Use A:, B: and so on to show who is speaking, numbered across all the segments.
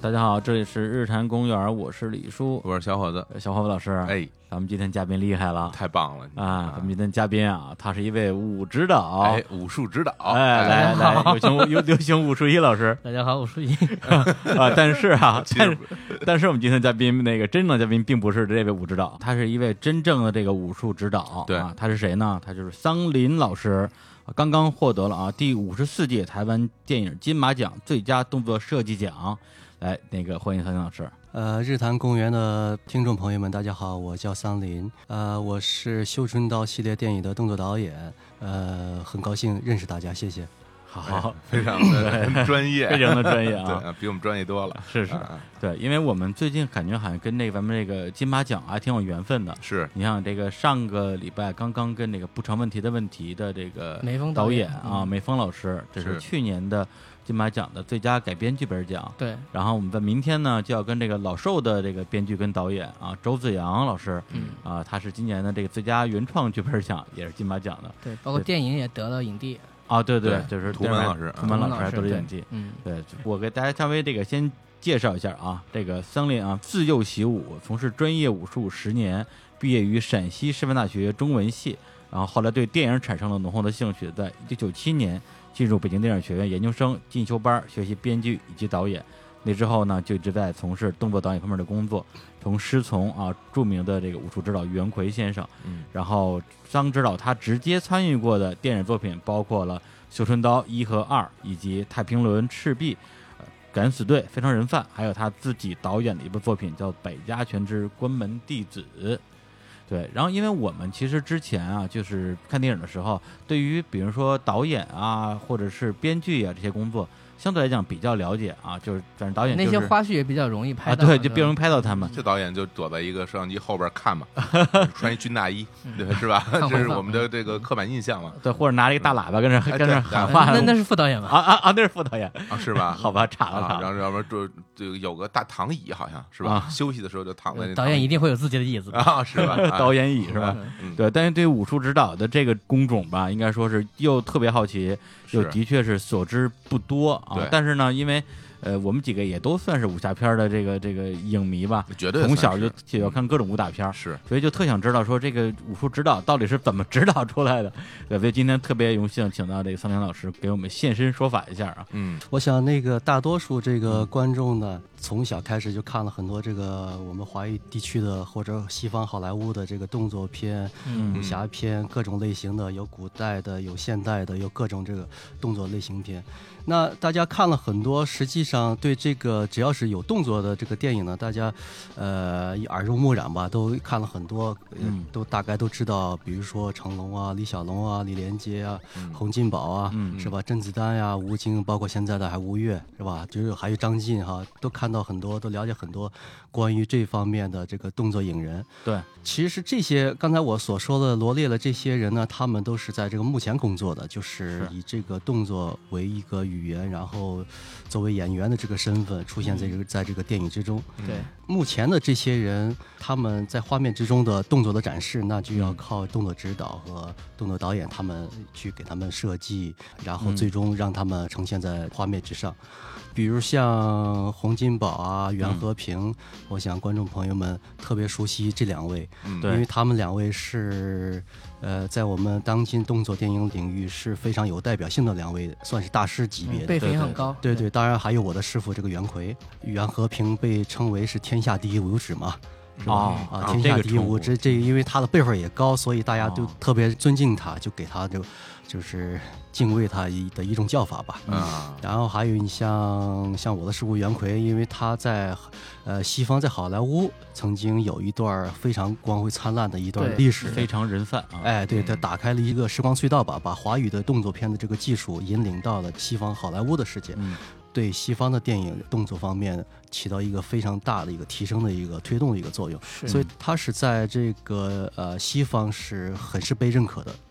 A: 大家好，这里是日坛公园，我是李叔，
B: 我是小伙子。
A: 小伙子老师，
B: 哎，
A: 咱们今天嘉宾厉害了，
B: 太棒了
A: 啊！咱们今天嘉宾啊，他是一位武指导，
B: 哎，武术指导，
A: 来，有请武术一老师。
C: 大家好，我是一
A: 啊，但是我们今天嘉宾那个真正的嘉宾并不是这位武指导，他是一位真正的这个武术指导。
B: 对
A: 啊，他是谁呢？他就是桑林老师。刚刚获得了第54届台湾电影金马奖最佳动作设计奖。来，欢迎桑林老师。
C: 日坛公园的听众朋友们，大家好，我叫桑林，我是绣春刀系列电影的动作导演，很高兴认识大家，谢谢。
A: 好，
B: 非常的专业，
A: 非常的专业啊，
B: 对，比我们专业多了。
A: 是，对，因为我们最近感觉好像跟咱们这个金马奖还挺有缘分的。
B: 是，
A: 你像这个上个礼拜刚刚跟这个不成问题的问题的这个
C: 梅峰
A: 导演啊，梅峰老师，这是去年的金马奖的最佳改编剧本奖。
C: 对，
A: 然后我们在明天呢就要跟这个老寿的这个编剧跟导演啊周子阳老师，他是今年的这个最佳原创剧本奖，也是金马奖的。
C: 对，包括电影也得了影帝。
A: 对，就是
B: 涂门老师，
A: 还得了影帝。对，我给大家稍微先介绍一下啊，这个桑林啊，自幼习武，从事专业武术10年，毕业于陕西师范大学中文系，然后后来对电影产生了浓厚的兴趣，在1997年进入北京电影学院研究生进修班学习编剧以及导演。那之后呢，就一直在从事动作导演方面的工作，从师从著名的这个武术指导袁奎先生，然后桑指导他直接参与过的电影作品包括了《绣春刀1和2》，以及《太平轮》《赤壁》、敢死队、非常人贩，还有他自己导演的一部作品叫《百家拳之关门弟子》。对，然后因为我们其实之前啊，就是看电影的时候，对于比如说导演啊，或者是编剧啊这些工作，相对来讲比较了解啊，就是反正导演、
C: 那些花絮也比较容易拍到，
A: 对，就比较容易拍到他们。
B: 这导演就躲在一个摄像机后边看嘛，穿一军大衣，对，是吧？这是我们的这个刻板印象嘛。
A: 对，或者拿了一个大喇叭跟着喊话。
C: 那是副导演吧？
A: 那是副导演
B: 啊，是吧？
A: 好吧，岔了。
B: 然后要不然就有个大躺椅，好像是吧？休息的时候就躺在那。
C: 导演一定会有自己的椅子
B: 啊，是吧？
A: 导演椅是吧？对，但是对武术指导的这个工种吧，应该说是又特别好奇，又的确是所知不多啊。但是呢，因为我们几个也都算是武侠片的这个影迷吧，
B: 绝对
A: 从小就要看各种武打片，
B: 是，
A: 所以就特想知道说这个武术指导到底是怎么指导出来的。对，所以今天特别荣幸请到这个桑林老师给我们现身说法一下啊。
C: 我想大多数这个观众呢，从小开始就看了很多这个我们华语地区的或者西方好莱坞的这个动作片、武侠片，各种类型的，有古代的，有现代的，有各种这个动作类型片。那大家看了很多，实际上对这个只要是有动作的这个电影呢，大家耳濡目染吧，都看了很多，都大概都知道，比如说成龙啊、李小龙啊、李连杰啊、洪金宝啊，是吧？甄子丹呀、吴京，包括现在的还吴越，是吧？就是还有张晋哈，都看到很多，都了解很多关于这方面的这个动作影人。
A: 对，
C: 其实这些刚才我所说的罗列了这些人呢，他们都是在这个幕前工作的，就是以这个动作为一个语言，然后作为演员的这个身份出现在这个电影之中。
A: 对，
C: 目前的这些人，他们在画面之中的动作的展示，那就要靠动作指导和动作导演他们去给他们设计，然后最终让他们呈现在画面之上。比如像洪金宝啊、袁和平，我想观众朋友们特别熟悉这两位，因为他们两位是在我们当今动作电影领域是非常有代表性的两位，算是大师级别的，
D: 辈分也很高。
C: 对，当然还有我的师傅这个袁奎，袁和平被称为是天下第一武指嘛。天下第一武指，这因为他的辈分也高，所以大家都特别尊敬他，就给他就是敬畏他的一种叫法吧。然后还有你像我的师傅袁奎，因为他在西方在好莱坞曾经有一段非常光辉灿烂的一段历史，
A: 非常人贩啊。
C: 对，他打开了一个时光隧道吧，把华语的动作片的这个技术引领到了西方好莱坞的世界。对西方的电影动作方面起到一个非常大的一个提升的一个推动的一个作用，所以他是在这个西方是很是被认可的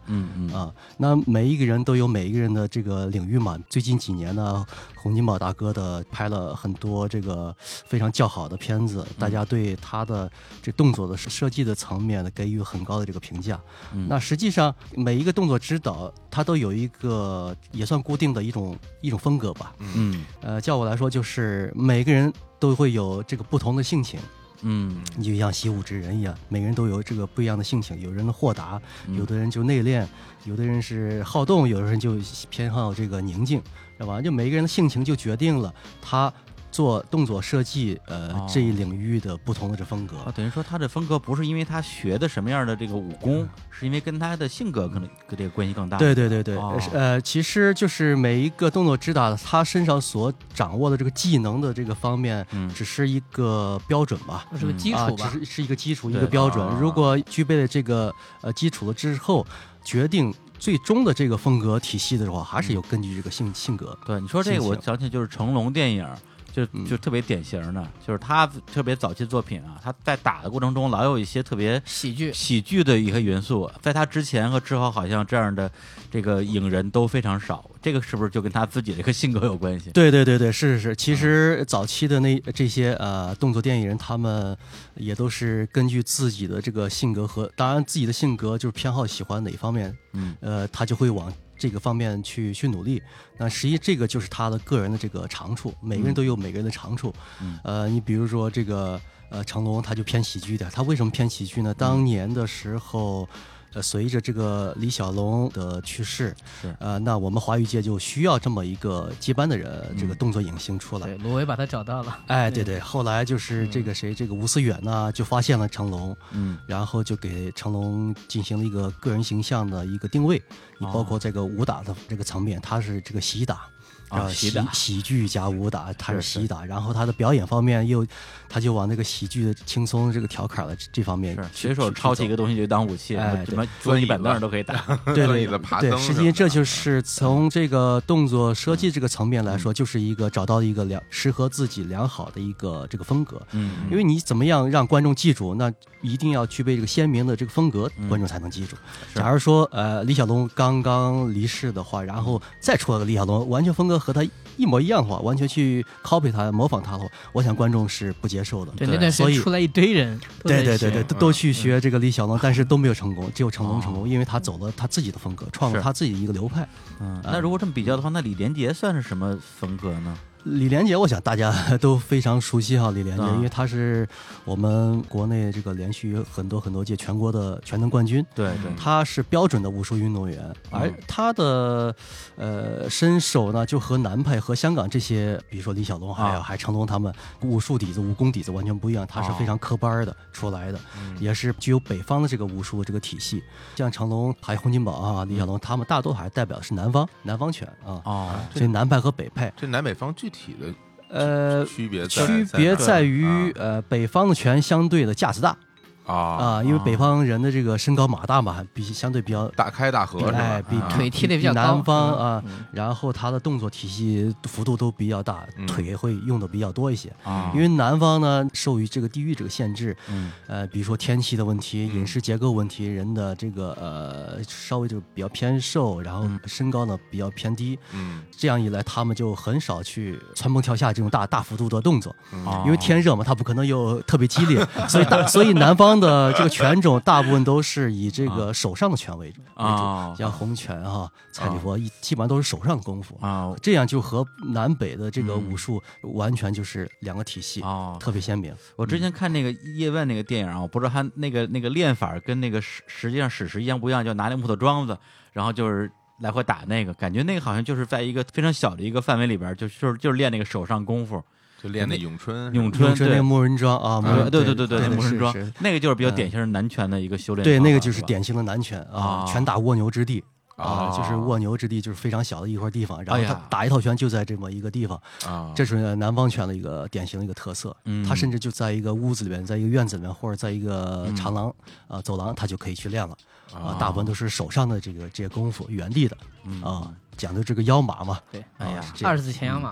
C: 那每一个人都有每一个人的这个领域嘛。最近几年呢，洪金宝大哥的拍了很多这个非常较好的片子，大家对他的这动作的设计的层面给予很高的这个评价。那实际上每一个动作指导他都有一个也算固定的一种风格吧。叫我来说就是每个人都会有这个不同的性情。你就像习武之人一样，每个人都有这个不一样的性情，有人的豁达，有的人就内敛，有的人是好动，有的人就偏好这个宁静，是吧？就每个人的性情就决定了他做动作设计这一领域的不同的这风格。
A: 等于说他的风格不是因为他学的什么样的这个武功，是因为跟他的性格可能跟这个关系更大。
C: 对，其实就是每一个动作指导他身上所掌握的这个技能的这个方面，只是一个标准吧，
D: 是个基础吧，
C: 只是一个基础，一个标准。如果具备了这个基础了之后，决定最终的这个风格体系的话，还是有根据这个性格。
A: 对，你说这个我想起就是成龙电影。就特别典型的，就是他特别早期作品啊，他在打的过程中老有一些特别喜剧的一个元素，在他之前和之后好像这样的这个影人都非常少，这个是不是就跟他自己的一个性格有关系？
C: 对，是。其实早期的这些动作电影人，他们也都是根据自己的这个性格和当然自己的性格就是偏好喜欢哪一方面，他就会往这个方面去努力。那实际这个就是他的个人的这个长处，每个人都有每个人的长处。你比如说这个成龙他就偏喜剧的，他为什么偏喜剧呢？当年的时候随着这个李小龙的去世，那我们华语界就需要这么一个接班的人，这个动作影星出来。
D: 对，罗维把他找到了。
C: 对，后来就是这个这个吴思远呢，就发现了成龙，然后就给成龙进行了一个个人形象的一个定位。你包括这个武打的这个层面，他是这个习打。喜剧加武打，他是喜打，然后他的表演方面他就往那个喜剧的轻松这个调侃了这方面，
A: 随手抄起一个东西就当武器，什么桌椅板凳都可以打。
C: 对，实际这就是从这个动作设计这个层面来说，就是一个找到一个适合自己良好的一个这个风格。因为你怎么样让观众记住，那一定要具备这个鲜明的这个风格，观众才能记住。假如说李小龙刚刚离世的话，然后再出了个李小龙，完全风格和他一模一样的话，完全去 copy 他模仿他的话，我想观众是不接受的。
D: 对，那段时间出来一堆人，
C: 对，都去学这个李小龙，但是都没有成功，只有成功，因为他走了他自己的风格，创了他自己一个流派。
A: 那如果这么比较的话，那李连杰算是什么风格呢？
C: 李连杰，我想大家都非常熟悉哈。李连杰，因为他是我们国内这个连续很多届全国的全能冠军，
A: 对，
C: 他是标准的武术运动员，而他的身手呢，就和南派和香港这些，比如说李小龙还成龙他们武术底子、武功底子完全不一样，他是非常科班的出来的，也是具有北方的这个武术这个体系。像成龙还有洪金宝啊、李小龙，他们大多还是代表的是南方拳啊，所以南派和北派，
B: 这南北方具体的区
C: 别在于北方的拳相对的架子大。因为北方人的这个身高马大嘛，相对比较
B: 大开大合，是吧？
C: 比
D: 腿踢得比较高。
C: 南方然后他的动作体系幅度都比较大，腿会用的比较多一些。因为南方呢受于这个地域这个限制，比如说天气的问题、饮食结构问题，人的这个稍微就比较偏瘦，然后身高呢比较偏低，这样一来他们就很少去蹿蹦跳下这种大幅度的动作，因为天热嘛，他不可能有特别激烈，所以南方的这个拳种大部分都是以这个手上的拳为主，像洪拳蔡李佛基本上都是手上的功夫这样就和南北的这个武术完全就是两个体系特别鲜明。
A: 我之前看那个叶问那个电影我不知道他那个练法跟那个实际上史实一样不一样，就拿那木头桩子，然后就是来回打那个，感觉那个好像就是在一个非常小的一个范围里边，就是练那个手上功夫。
B: 就练那咏春
C: 那个木人桩
A: 对，那木人桩，那个就是比较典型的南拳的一个修炼。
C: 对，那个就是典型的南拳拳打蜗牛之地就是蜗牛之地，就是非常小的一块地方，然后他打一套拳就在这么一个地方这是南方拳的一个典型的一个特色。他甚至就在一个屋子里面，在一个院子里面，或者在一个长廊走廊，他就可以去练了大部分都是手上的这些功夫，原地的讲究这个腰马嘛。
D: 对，20字前腰马。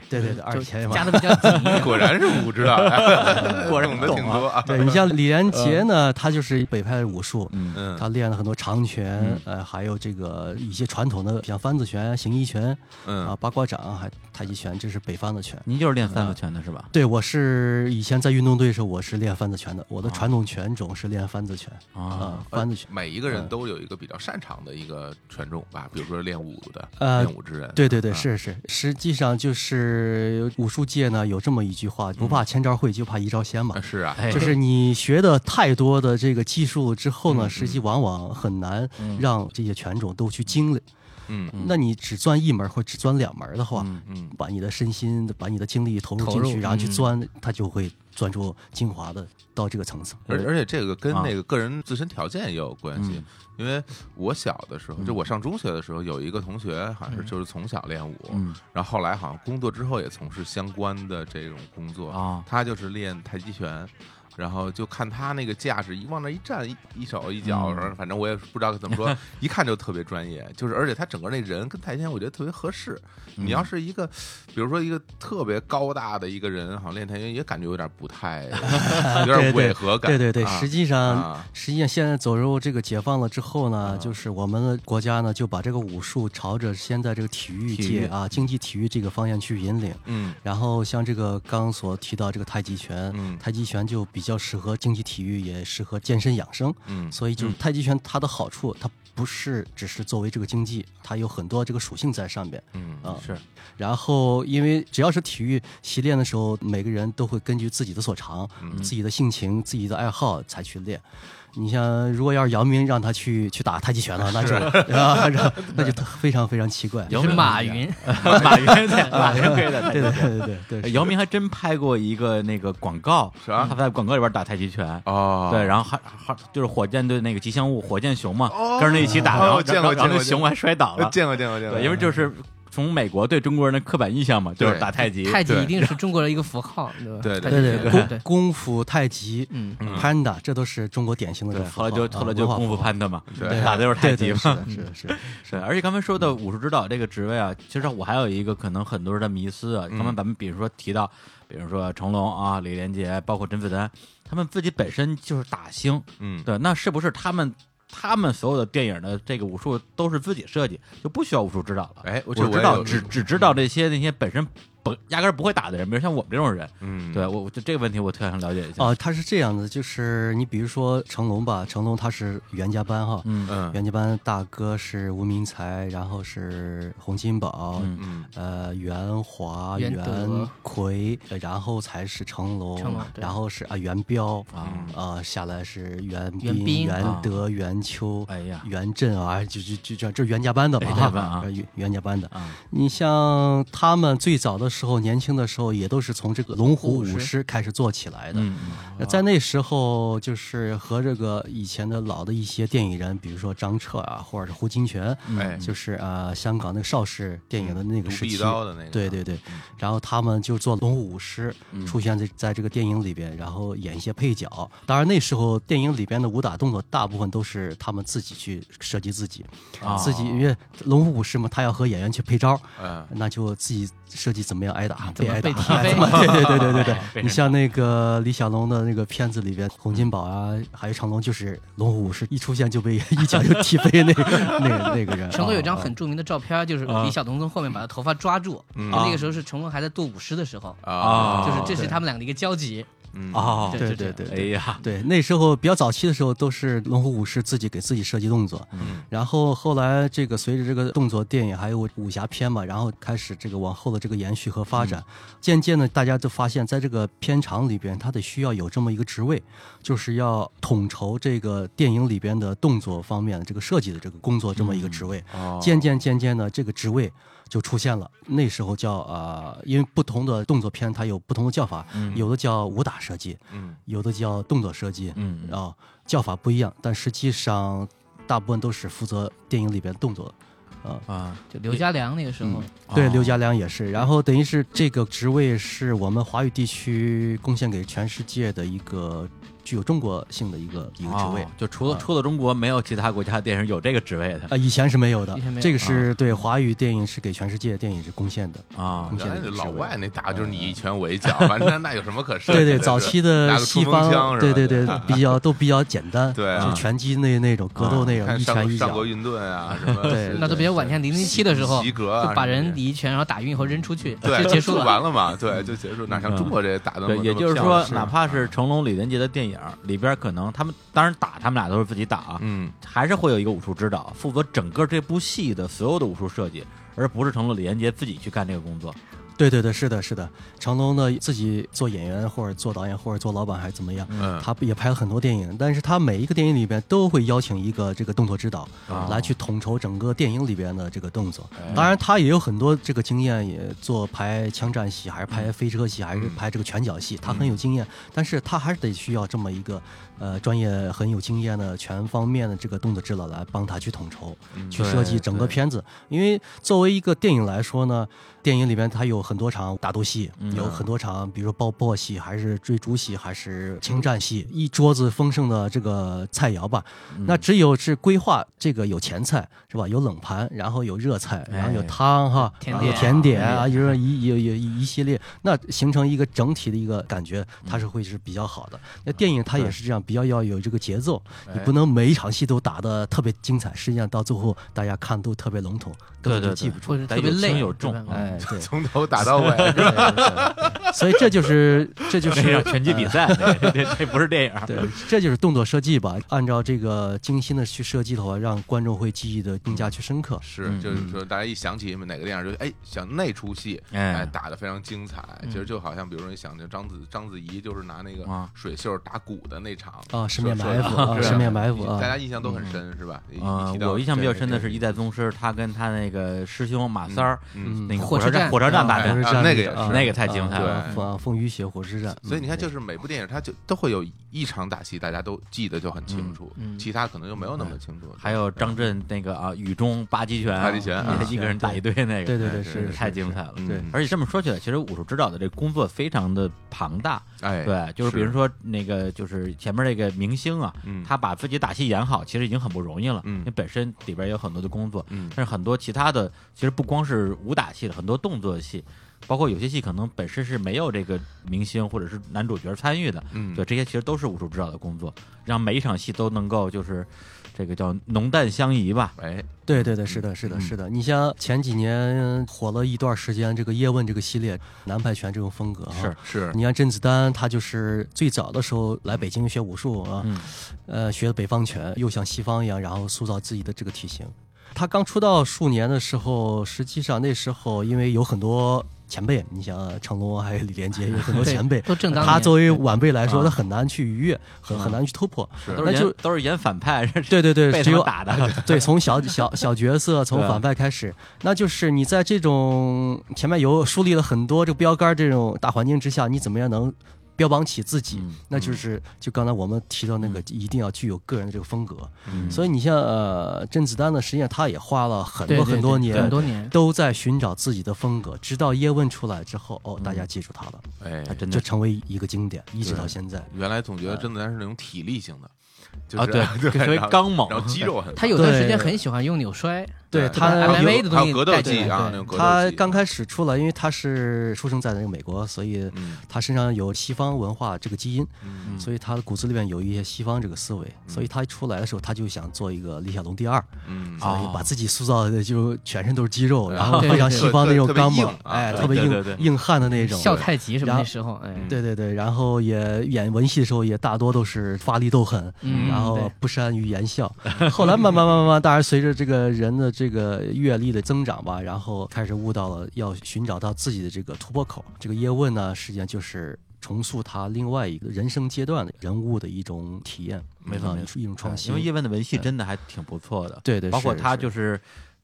C: 对对对，2千
D: 加的比较紧。
B: 果然是武指导，
A: 果然
B: 懂得挺多啊。
C: 对你像李连杰呢，他就是北派武术，
B: 嗯
C: 他练了很多长拳，还有这个一些传统的像翻子拳、形意拳，八卦掌，还太极拳，这是北方的拳。
A: 您就是练翻子拳的是吧？
C: 对，我是以前在运动队的时候，我是练翻子拳的，我的传统拳种是练翻子拳翻子拳。
B: 每一个人都有一个比较擅长的一个拳种吧，比如说练武的，练武之人。
C: 对对对，是。实际上就是武术界呢有这么一句话，不怕千招会，就怕一招鲜嘛。
B: 是啊，
C: 就是你学的太多的这个技术之后呢，实际往往很难让这些拳种都去精炼。那你只钻一门或只钻2门的话，把你的身心、把你的精力投入进去，然后去钻，它就会钻出精华的到这个层次。
B: 而且这个跟那个个人自身条件也有关系。因为我小的时候，就我上中学的时候，有一个同学好像是就是从小练武，然后后来好像工作之后也从事相关的这种工作，他就是练太极拳。然后就看他那个架势，往那一站，一手一脚，反正我也不知道怎么说，一看就特别专业。就是而且他整个那人跟太极拳，我觉得特别合适。你要是一个，比如说一个特别高大的一个人，好像练太极拳也感觉有点不太，有点违和感。
C: 对对对，实际上现在走入这个解放了之后呢，就是我们的国家呢就把这个武术朝着现在这个体育界竞技体育这个方向去引领。然后像这个刚所提到这个太极拳，太极拳就比较适合竞技体育，也适合健身养生。所以就是太极拳它的好处，它不是只是作为这个竞技，它有很多这个属性在上面。
A: 是。
C: 然后因为只要是体育习练的时候，每个人都会根据自己的所长、自己的性情、自己的爱好才去练。你像如果要是姚明让他去打太极拳了，那就非常非常奇怪。
D: 是马云，
A: 马云对的，
C: 对。
A: 姚明还真拍过一个那个广告，
B: 是啊，
A: 他在广告里边打太极拳对，然后还就是火箭队那个吉祥物火箭熊嘛，跟着一起打，然后那熊还摔倒了，
B: 见过，
A: 对，因为就是从美国对中国人的刻板印象嘛，就是打太极，
D: 太极一定是中国的一个符号，
C: 对，功夫、太极、Panda，这都是中国典型的这个符号。
A: 后来就功夫 Panda 嘛，打的就是太极嘛，是。而且刚才说的武术指导这个职位啊，其实我还有一个可能很多人的迷思啊。刚才咱们比如说提到，比如说成龙啊、李连杰，包括甄子丹，他们自己本身就是打星，对，那是不是他们所有的电影的这个武术都是自己设计，就不需要武术指导了？我知道，只知道那些本身压根不会打的人，比如像我们这种人。对，我就这个问题我特想了解一下。
C: 他是这样的，就是你比如说成龙吧，成龙他是袁家班哈，袁家班大哥是吴明才，然后是洪金宝，袁华、袁奎，然后才是成龙，然后是袁彪下来是袁彬、袁德、袁秋，袁振就这袁家班的嘛哈，袁家班的。你像他们最早的时候，年轻的时候也都是从这个龙虎舞狮开始做起来的。在那时候就是和这个以前的老的一些电影人，比如说张彻啊，或者是胡金铨，就是香港那个邵氏电影的那个时期，对，然后他们就做龙虎舞狮，出现在这个电影里边，然后演一些配角。当然那时候电影里边的武打动作大部分都是他们自己去设计自己，因为龙虎舞狮嘛，他要和演员去配招，那就自己设计怎么样挨打，被挨打，对。你像那个李小龙的那个片子里边，洪金宝啊，还有成龙，就是龙虎武士一出现就被一脚就踢飞那个人。
D: 成龙有张很著名的照片，就是李小龙从后面把他头发抓住，那个时候是成龙还在做舞狮的时候，就是这是他们两个的一个交集。
C: 对，
A: 哎呀，
C: 对，那时候比较早期的时候都是龙虎武士自己给自己设计动作，然后后来这个随着这个动作电影还有武侠片嘛，然后开始这个往后的这个延续和发展，渐渐的大家都发现在这个片场里边，它得需要有这么一个职位，就是要统筹这个电影里边的动作方面的这个设计的这个工作这么一个职位，渐渐的这个职位就出现了。那时候叫因为不同的动作片它有不同的叫法，有的叫武打设计，有的叫动作设计，叫法不一样，但实际上大部分都是负责电影里边动作。
D: 就刘家良那个时候，
C: 对，刘家良也是。然后等于是这个职位是我们华语地区贡献给全世界的一个具有中国性的一个职位，
A: 就除了中国，没有其他国家的电影有这个职位的
C: 以前是没有的，这个是对华语电影是给全世界电影是贡献的贡献的。
B: 老外那打就是你一拳我一脚，反正那有什么可说？
C: 对，早期的西方，对，都比较简单，
B: 对，
C: 就拳击那种格斗那种一拳一脚。
B: 上过运动啊什么？
C: 对，
D: 那都比较晚，像007的时候，
B: 及格
D: 就把人一拳然后打晕以后扔出去，
B: 对，
D: 就结束了，
B: 完了嘛？对，就结束。哪像中国这打的？
A: 对，也就是说，哪怕是成龙、李连杰的电影里边，可能他们当然他们俩都是自己打，还是会有一个武术指导负责整个这部戏的所有的武术设计，而不是成龙、李连杰自己去干这个工作。
C: 对，是的，成龙呢自己做演员或者做导演或者做老板还是怎么样，他也拍了很多电影，但是他每一个电影里边都会邀请一个这个动作指导来去统筹整个电影里边的这个动作。当然他也有很多这个经验，也做拍枪战戏还是拍飞车戏还是拍这个拳脚戏，他很有经验，但是他还是得需要这么一个专业很有经验的全方面的这个动作指导来帮他去统筹去设计整个片子。因为作为一个电影来说呢，电影里边它有很多场打斗戏，有很多场比如说爆破戏还是追逐戏还是枪战戏，一桌子丰盛的这个菜肴吧。那只有是规划这个有前菜是吧，有冷盘，然后有热菜，然后有汤哈，有甜点啊，有一系列，那形成一个整体的一个感觉，它是会是比较好的。那电影它也是这样，比较要有这个节奏，你不能每一场戏都打得特别精彩，实际上到最后大家看都特别笼统，根本就记不住，
D: 特别累
A: 有重，
C: 对，
B: 从头打到尾，
C: 所以这就是
A: 拳击比赛，这不是电影，
C: 对，这就是动作设计吧。按照这个精心的去设计的话，让观众会记忆的更加去深刻。
B: 是，就是说大家一想起哪个电影，就想那出戏，打得非常精彩。其实就好像比如说你想着章子怡就是拿那个水袖打鼓的那场
C: 十面埋伏，
B: 大家印象都很深，是吧？
A: 我印象比较深的是一代宗师，他跟他那个师兄马三儿，那个
D: 火车站
A: 大战，
B: 那个也是
A: 那个太精彩了，
C: 风雨雪火车站。
B: 所以你看，就是每部电影它就都会有一场打戏，大家都记得就很清楚，其他可能就没有那么清楚。
A: 还有张震那个雨中八极拳，一个人打一堆那个，
C: 对，是
A: 太精彩了。
C: 对，
A: 而且这么说起来，其实武术指导的这工作非常的庞大。对，就是比如说那个就是前面那个明星啊，他把自己打戏演好，其实已经很不容易了。因为本身里边有很多的工作，但是很多其他的，其实不光是武打戏的，很多动作戏。包括有些戏可能本身是没有这个明星或者是男主角参与的，对，这些其实都是武术指导的工作，让每一场戏都能够就是这个叫浓淡相宜吧。
C: 对，是的。你像前几年火了一段时间这个叶问这个系列南派拳这种风格，
B: 是。
C: 你看甄子丹，他就是最早的时候来北京学武术啊，学的北方拳，又像西方一样，然后塑造自己的这个体型。他刚出道数年的时候，实际上那时候因为有很多前辈，你想成龙还有李连杰有很多前辈，
D: 都正当
C: 他作为晚辈来说，他很难去逾越，很难去突破。
A: 都是演反派，
C: 对，
A: 只有打的，
C: 对，从小角色从反派开始，那就是你在这种前面有树立了很多这个标杆这种大环境之下，你怎么样能标榜起自己，那就是就刚才我们提到那个一定要具有个人的这个风格。所以你像甄子丹呢，实际上他也花了很多年都在寻找自己的风格，直到叶问出来之后，大家记住他了，他真的就成为一个经典，一直到现在。
B: 原来总觉得甄子丹是那种体力型的。
A: 对，特别刚猛，
B: 然后肌肉很。
D: 他有段时间很喜欢用扭摔，
C: 对他
D: MMA 的东西，
B: 格斗技啊，
C: 他刚开始出来，因为他是出生在那个美国，所以他身上有西方文化这个基因，所以他的骨子里面有一些西方这个思维，所以他出来的时候，他就想做一个李小龙第二，所以把自己塑造的就全身都是肌肉，然后非常西方那种刚猛，特别硬汉的那种，
D: 笑太极什么那时候，
C: 对，然后也演文戏的时候也大多都是发力斗狠。然后不善于言笑，后来慢慢，当然随着这个人的这个阅历的增长吧，然后开始悟到了要寻找到自己的这个突破口。这个叶问呢，实际上就是重塑他另外一个人生阶段的人物的一种体验，
A: 没错，
C: 一种创新。
A: 因为叶问的文戏真的还挺不错的，
C: 对，
A: 包括他就是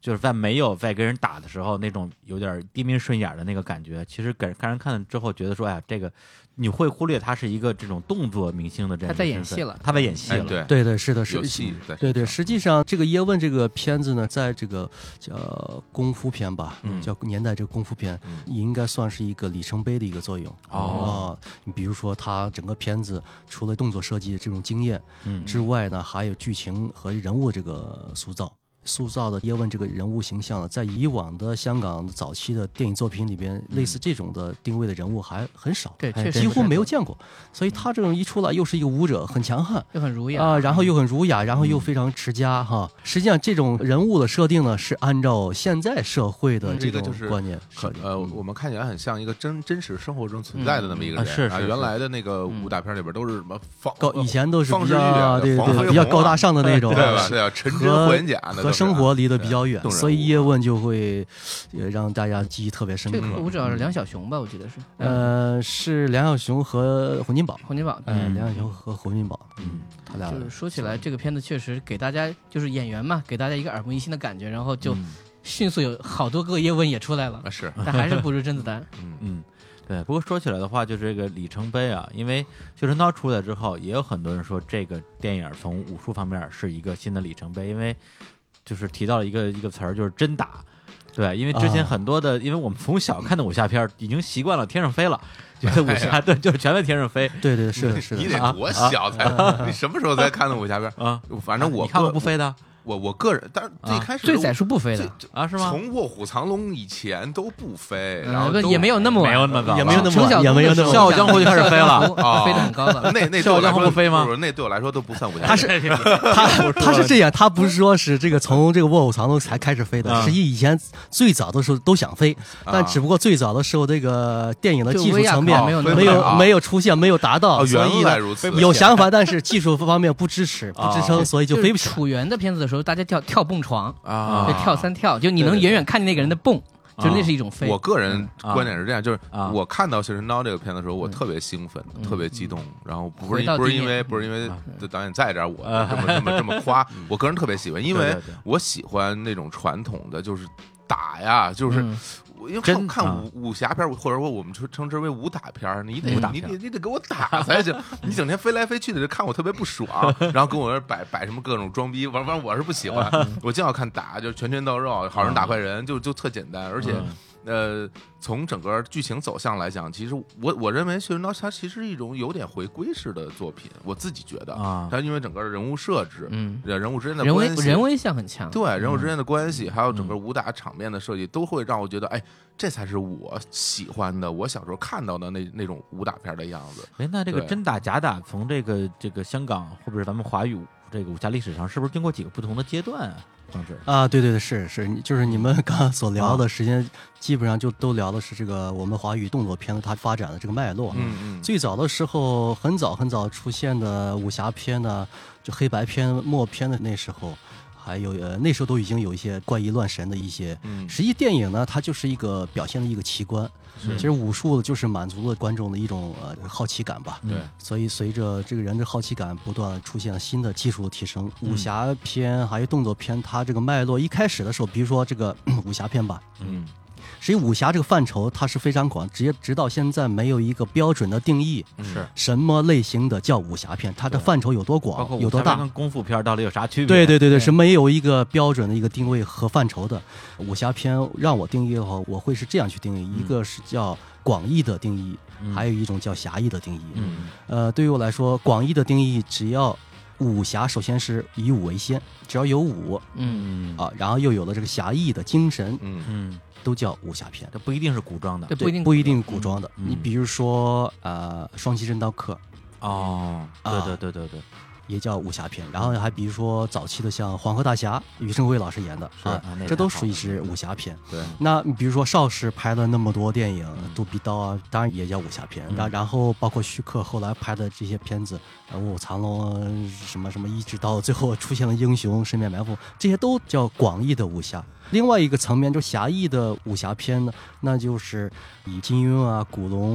A: 就是在没有在跟人打的时候那种有点低眉顺眼的那个感觉，其实给人看了之后觉得说，哎呀，这个你会忽略他是一个这种动作明星的这样
D: 他在演戏了，
A: 他在演戏了，
C: 对，是的，
B: 有戏，
C: 对，实际上这个叶问这个片子呢，在这个叫功夫片吧，叫年代这个功夫片，也应该算是一个里程碑的一个作用你比如说他整个片子除了动作设计这种经验之外呢，还有剧情和人物这个塑造的叶问这个人物形象，在以往的香港早期的电影作品里边，类似这种的定位的人物还很少，
D: 对，确实
C: 几乎没有见过。所以他这种一出来，又是一个武者，很强悍，
D: 又很儒雅
C: 然后又很儒雅，然后又非常持家哈。实际上，这种人物的设定呢，是按照现在社会的这种观念，
B: 我们看起来很像一个真实生活中存在的那么一个人
A: 是
B: 原来的那个武打片里边都是什么
C: 以前都是比
B: 较
C: 高大上的那种，
B: 对吧？对啊，陈真火焰甲
C: 和生活离得比较远，所以叶问就会让大家记忆特别深刻。
D: 这个武者是梁小雄吧？我记得是，
C: 是梁小雄和洪金宝，梁小雄和洪金宝，他俩。
D: 就是说起来，这个片子确实给大家就是演员嘛，给大家一个耳目一新的感觉，然后就迅速有好多个叶问也出来了，
B: 是，
D: 但还是不如甄子丹。
A: 对。不过说起来的话，就这个里程碑啊，因为《绣春刀》出来之后，也有很多人说这个电影从武术方面是一个新的里程碑，因为就是提到了一个词儿，就是真打。对，因为之前很多的，因为我们从小看的武侠片已经习惯了天上飞了，觉得武侠对就是全在天上飞。
C: 对，是的。
B: 你得多小才？你什么时候才看的武侠片
A: 啊？
B: 反正我
A: 看过不飞的。
B: 我个人，但是最开始
D: 最载是不飞的
A: 是吗？
B: 从卧虎藏龙以前都不飞，然后
D: 也没有那么晚，
A: 没有那么早，
C: 也没有那么
D: 晚，
C: 也没有那么
A: 笑傲江湖就开始飞了，
D: 飞得很高了。
B: 那
A: 笑傲江湖不飞吗？
B: 那对我来说都不算武侠。
C: 他是这样，他不是说是这个从这个卧虎藏龙才开始飞的，实际以前最早的时候都想飞，但只不过最早的时候这个电影的技术层面没有出现，没有达到，所以有想法，但是技术方面不支持不支撑，所以就飞不起来。
D: 楚原的片子的时候，大家跳蹦床就跳3跳，就你能远远看见那个人的蹦，就那是一种飞。
B: 我个人观点是这样，就是我看到《绣春刀》这个片的时候，我特别兴奋，特别激动，然后不是因为导演在这儿，我这么夸，我个人特别喜欢，因为我喜欢那种传统的，就是打呀，就是因为看武侠片，或者说我们称之为武打片，你得给我打才行。你整天飞来飞去的，就看我特别不爽，然后跟我这摆什么各种装逼，反正我是不喜欢。我就要看打，就是拳拳到肉，好人打坏人，就特简单，而且。从整个剧情走向来讲，其实我认为《绣春刀》它其实是一种有点回归式的作品，我自己觉得它因为整个人物设置，人物之间的关系，
D: 人物像很强，
B: 对人物之间的关系，还有整个武打场面的设计，都会让我觉得，哎，这才是我喜欢的，我小时候看到的那种武打片的样子。
A: 哎，那这个真打假打，从这个香港或者是咱们华语这个武侠历史上，是不是经过几个不同的阶段啊？
C: 对，是，就是你们刚刚所聊的时间，基本上就都聊的是这个我们华语动作片它发展的这个脉络。最早的时候，很早出现的武侠片呢，就黑白片、默片的那时候。还有那时候都已经有一些怪异乱神的一些，实际电影呢，它就是一个表现的一个奇观。其实武术就是满足了观众的一种好奇感吧。
B: 对，
C: 所以随着这个人的好奇感不断出现了新的技术的提升，武侠片还有动作片，它这个脉络一开始的时候，比如说这个武侠片吧，实际武侠这个范畴它是非常广，直到现在没有一个标准的定义，
A: 是
C: 什么类型的叫武侠片，它的范畴有多广，有多大，
A: 跟功夫片到底有啥区别？
C: 对，是没有一个标准的一个定位和范畴的。武侠片让我定义的话，我会是这样去定义：一个是叫广义的定义，还有一种叫狭义的定义。对于我来说，广义的定义只要武侠首先是以武为先，只要有武，然后又有了这个侠义的精神，都叫武侠片。
A: 这不一定是古装的，
C: 不一定古装的。你比如说双旗真刀客，对，也叫武侠片。然后还比如说早期的像黄河大侠，余承辉老师演的这都属于是武侠片。
B: 对，
C: 那你比如说邵氏拍了那么多电影，杜比刀啊，当然也叫武侠片。然后包括徐克后来拍的这些片子，卧虎藏龙什么一直到最后出现了英雄、十面埋伏，这些都叫广义的武侠。另外一个层面就狭义的武侠片呢，那就是以金庸啊、古龙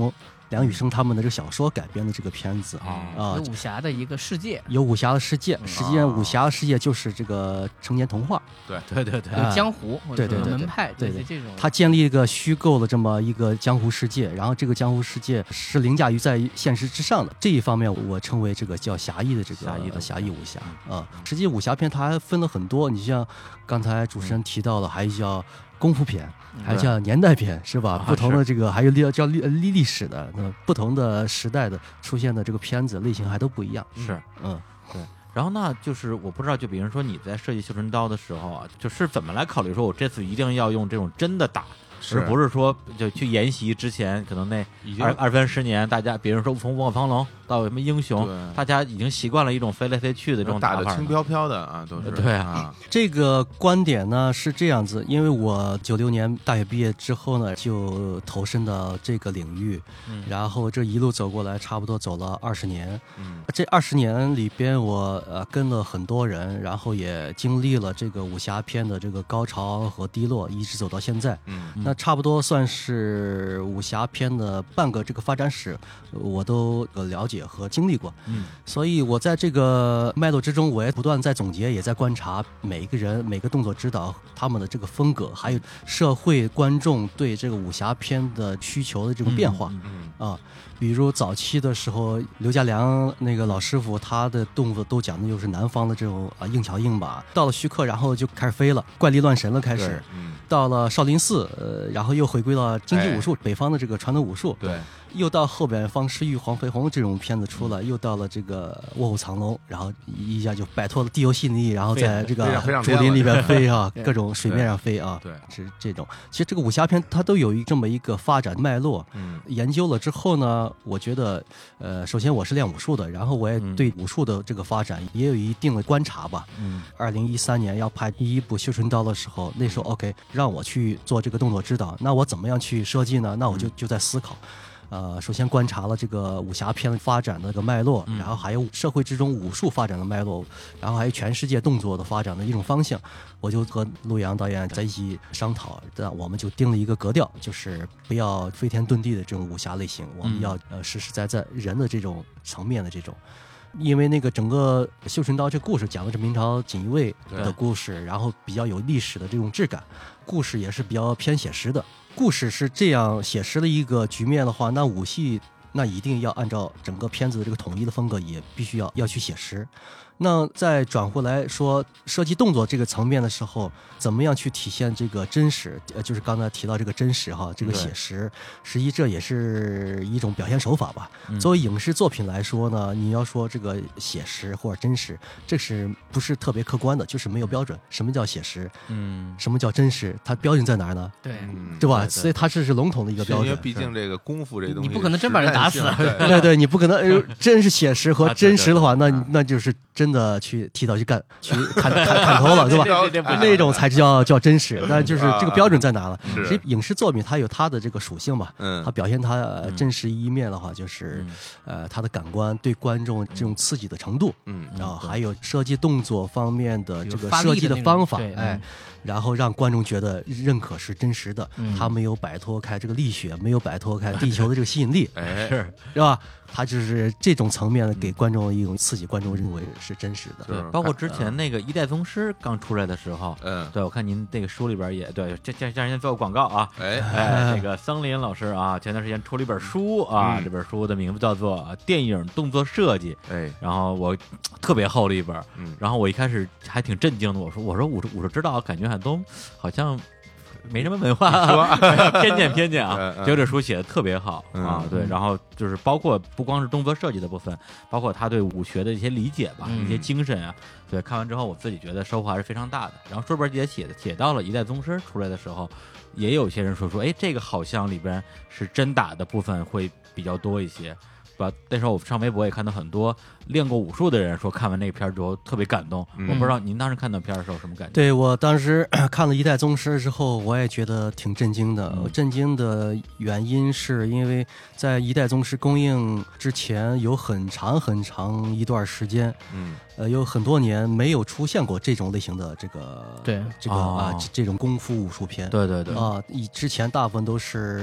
C: 梁羽生他们的这个小说改编的这个片子
D: 有武侠的一个世界，
C: 有武侠的世界，实际上武侠世界就是这个成年童话，
B: 对，
D: 有江湖，
C: 对
D: 门派，
C: 对
D: 这种，
C: 他建立一个虚构的这么一个江湖世界，然后这个江湖世界是凌驾于在现实之上的，这一方面我称为这个叫侠义的这个侠义武侠实际武侠片它还分了很多，你像刚才主持人提到的，还叫功夫片，还叫年代片，是吧？不同的这个还有叫历史的，不同的时代的出现的这个片子类型还都不一样。
A: 是，对。然后那就是我不知道，就比如说你在设计绣春刀的时候啊，就是怎么来考虑说我这次一定要用这种真的打，而不是说就去沿袭之前可能那20-30年，大家比如说从卧房龙到什么英雄，大家已经习惯了一种飞来飞去的这种
B: 打的轻飘飘的啊，都是
A: 对啊。
C: 这个观点呢是这样子，因为我96年大学毕业之后呢，就投身到这个领域，然后这一路走过来，差不多走了20年。这20年里边，我跟了很多人，然后也经历了这个武侠片的这个高潮和低落，一直走到现在。那差不多算是武侠片的半个这个发展史，我都了解和经历过。所以我在这个脉络之中，我也不断在总结，也在观察每一个人、每个动作指导他们的这个风格，还有社会观众对这个武侠片的需求的这种变化。比如早期的时候，刘家良那个老师傅，他的动作都讲的就是南方的这种硬桥硬马。到了徐克，然后就开始飞了，怪力乱神了，开始。到了少林寺，然后又回归了京剧武术，北方的这个传统武术。
B: 对。
C: 又到后边方世玉、黄飞鸿这种片子出来，又到了这个卧虎藏龙，然后一下就摆脱了地球吸引力，然后在这个竹林里边飞啊，各种水面上飞啊，
B: 对，
C: 是这种。其实这个武侠片它都有这么一个发展脉络。研究了之后呢，我觉得，首先我是练武术的，然后我也对武术的这个发展也有一定的观察吧。2013年要拍第一部《绣春刀》的时候，那时候 OK， 让我去做这个动作指导，那我怎么样去设计呢？那我就在思考。首先观察了这个武侠片发展的这个脉络，然后还有社会之中武术发展的脉络，然后还有全世界动作的发展的一种方向。我就和陆阳导演在一起商讨，我们就定了一个格调，就是不要飞天遁地的这种武侠类型，我们要实实在在人的这种层面的这种。因为那个整个绣春刀这故事讲的是明朝锦衣卫的故事，然后比较有历史的这种质感，故事也是比较偏写实的。故事是这样写实的一个局面的话，那武戏那一定要按照整个片子的这个统一的风格，也必须要去写实。那再转过来说设计动作这个层面的时候，怎么样去体现这个真实，就是刚才提到这个真实哈，这个写实，实际这也是一种表现手法吧。作为影视作品来说呢，你要说这个写实或者真实，这是不是特别客观的，就是没有标准。什么叫写实？什么叫真实？它标准在哪儿呢？对吧？所以它是笼统的一个标准。
B: 因为毕竟这个功夫这东西，
D: 你不可能真把人打死。
C: 对，你不可能真是写实和真实的话，那就是真的去剃刀去干，去砍头了，对吧？那种才叫真实。那就是这个标准在哪了？其实影视作品它有它的这个属性嘛，它表现它真实一面的话，就是它的感官对观众这种刺激的程度，然后还有设计动作方面的这个设计的方法，然后让观众觉得认可是真实的，他没有摆脱开这个力学，没有摆脱开地球的这个吸引力，是吧？它就是这种层面给观众一种刺激，观众认为是真实的。
A: 对，包括之前那个《一代宗师》刚出来的时候，对，我看您这个书里边也对，这让人做个广告啊，这个桑林老师啊，前段时间出了一本书啊，这本书的名字叫做《电影动作设计》，然后我特别厚的一本，然后我一开始还挺震惊的，我说武术指导感觉都好像没什么文化，偏见啊！结果这书写的特别好啊，对，然后就是包括不光是动作设计的部分，包括他对武学的一些理解吧，一些精神啊，对，看完之后我自己觉得收获还是非常大的。然后书本也写到了一代宗师出来的时候，也有些人说，哎，这个好像里边是真打的部分会比较多一些。那时候我上微博也看到很多练过武术的人说看完那个片之后特别感动，我不知道您当时看到片的时候什么感觉？
C: 对，我当时看了《一代宗师》之后，我也觉得挺震惊的。震惊的原因是因为在《一代宗师》公映之前有很长一段时间，有很多年没有出现过这种类型的这种功夫武术片。
A: 对
C: 之前大部分都是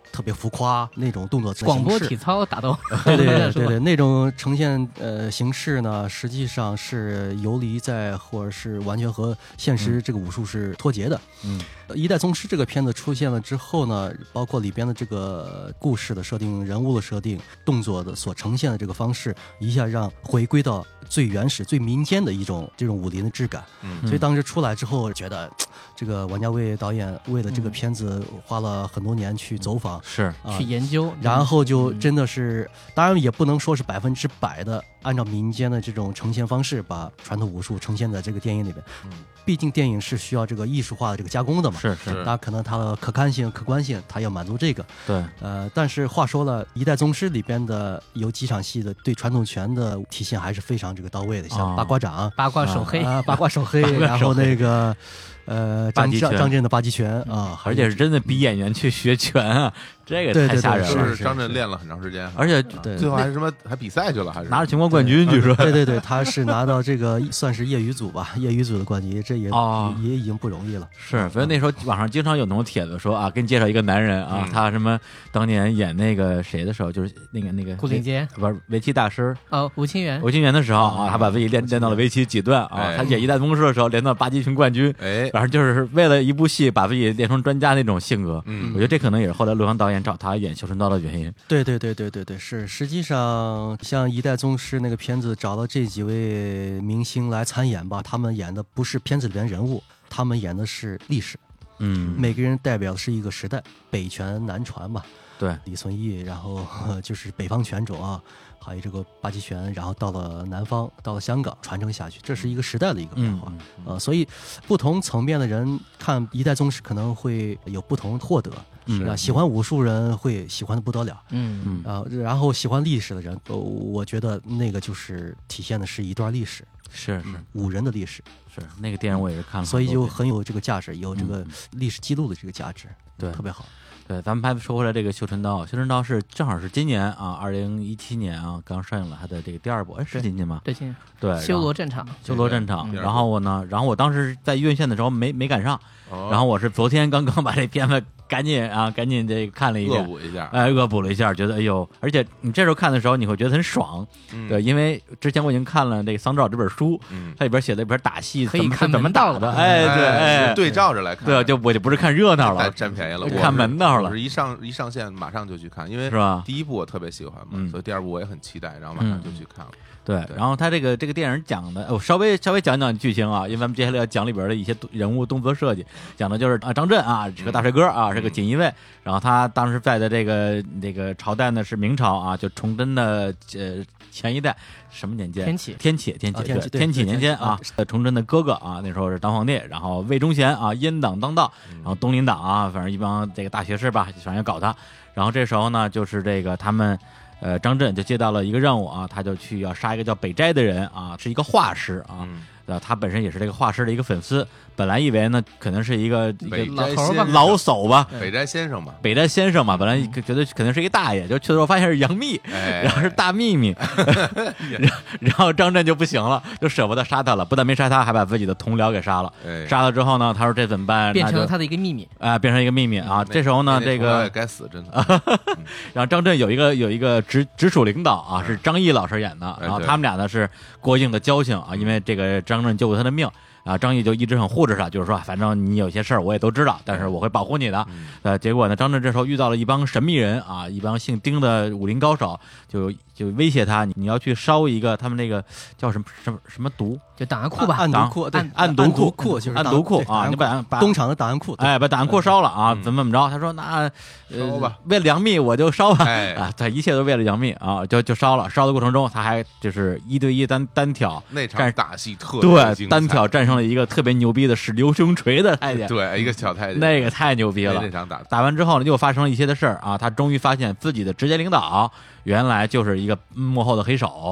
C: 特别浮夸那种动作
D: 广播体操打斗，
C: 对，那种呈现形式呢，实际上是游离在或者是完全和现实这个武术是脱节的。一代宗师这个片子出现了之后呢，包括里边的这个故事的设定、人物的设定、动作的所呈现的这个方式，一下让回归到最原始、最民间的这种武林的质感。所以当时出来之后，觉得这个王家卫导演为了这个片子花了很多年去走访，
D: 去研究，
C: 然后就真的是，当然也不能说是100%的按照民间的这种呈现方式把传统武术呈现在这个电影里边。毕竟电影是需要这个艺术化的这个加工的嘛，
A: 是，
C: 当然可能它的可看性、客观性，它要满足这个。
A: 对，
C: 但是话说了，《一代宗师》里边的有几场戏的对传统拳的体现还是非常这个到位的，像八卦掌、
D: 八卦手黑
C: 八卦手黑，然后那个张震的八极拳啊，
A: 而且是真的逼演员去学拳啊。这个太吓人了，
B: 是张震练了很长时间，
A: 而且
B: 最后还是什么还比赛去了，还是
A: 拿着全国冠军，据说。
C: 对，他是拿到这个算是业余组吧，业余组的冠军，这也已经不容易了。
A: 是，所以那时候网上经常有那种帖子说啊，给你介绍一个男人啊，他什么当年演那个谁的时候，就是那个
D: 顾廷坚，
A: 不是围棋大师
D: 吴清源
A: 的时候啊，他把自己练到了围棋几段啊，他演一代宗师的时候练到八极拳冠军，反正就是为了一部戏把自己练成专家那种性格。我觉得这可能也是后来陆阳导演找他演《绣春刀》的原因。
C: 对，是。实际上，像《一代宗师》那个片子，找了这几位明星来参演吧，他们演的不是片子里边人物，他们演的是历史。每个人代表的是一个时代，北拳南传嘛。
A: 对，
C: 李存义，然后就是北方拳种啊，还有这个八极拳，然后到了南方，到了香港传承下去，这是一个时代的一个变化。所以不同层面的人看《一代宗师》可能会有不同获得。喜欢武术人会喜欢的不得了。然后喜欢历史的人，我觉得那个就是体现的是一段历史，
A: 是
C: 武人的历史。
A: 是那个电影我也是看了，
C: 所以就很有这个价值，有这个历史记录的这个价值，
A: 对，
C: 特别好。
A: 对，咱们还说回来这个《绣春刀》，《绣春刀》是正好是今年啊，2017年啊，刚上映了它的这个第二部，是今年吗？
D: 对，今年。
A: 对，
D: 修罗战场。
A: 然后我当时在院线的时候没赶上，然后我是昨天刚刚把这片子赶紧这个看了一遍，恶补了一下，觉得哎呦，而且你这时候看的时候你会觉得很爽，对，因为之前我已经看了这个桑照这本书，它里边写的一本打戏
D: 可以看
A: 怎么打的，
B: 对照着来看，
A: 对，我就不是看热闹了，
B: 占便宜了，
A: 看门道了，
B: 我是一上线马上就去看，因为
A: 是吧？
B: 第一部我特别喜欢嘛，所以第二部我也很期待，然后马上就去看了。
A: 对，然后他这个电影讲的，我稍微讲讲剧情啊，因为咱们接下来要讲里边的一些人物动作设计，讲的就是张震啊，是个大帅哥啊，是个锦衣卫，然后他当时在的这个朝代呢是明朝啊，就崇祯的前一代什么年间？天启年间啊，崇祯的哥哥啊，那时候是当皇帝，然后魏忠贤啊阉党当道，然后东林党啊，反正一帮这个大学士吧，反正要搞他，然后这时候呢就是这个他们。张震就接到了一个任务啊，他就去要杀一个叫北斋的人啊，是一个画师啊，他本身也是这个画师的一个粉丝，本来以为呢可能是一个
D: 老头吧，
A: 老叟吧，
B: 北斋先生嘛，
A: 本来觉得可能是一个大爷，就去的时候发现是杨幂，然后是大秘密，然后张震就不行了，就舍不得杀他了，不但没杀他，还把自己的同僚给杀了，杀了之后呢，他说这怎么办？
D: 变成了他的一个秘密
A: 变成一个秘密啊！这时候呢，这个
B: 该死，真的。
A: 然后张震有一个直属领导啊，是张译老师演的，然后他们俩呢是过硬的交情啊，因为这个张震救过他的命。啊，张译就一直很护着他，就是说，反正你有些事儿我也都知道，但是我会保护你的。结果呢，张震这时候遇到了一帮神秘人啊，一帮姓丁的武林高手，就威胁他，你要去烧一个他们那个叫什么毒，
D: 就档案库吧，
C: 暗毒库，对，
A: 暗毒
C: 库就是
A: 暗毒库啊，你把
C: 工厂的档案库，
A: 把档案库烧了啊，怎么着？他说那
B: 烧吧，
A: 为了杨幂我就烧吧，啊，他一切都为了杨幂啊，就烧了。烧的过程中，他还就是1对1单挑，
B: 那场打戏特
A: 别对，单挑战胜了一个特别牛逼的使流星锤的太监，
B: 对，一个小太监，
A: 那个太牛逼了。
B: 那场
A: 打完之后呢，又发生了一些的事儿啊，他终于发现自己的直接领导原来就是一个幕后的黑手。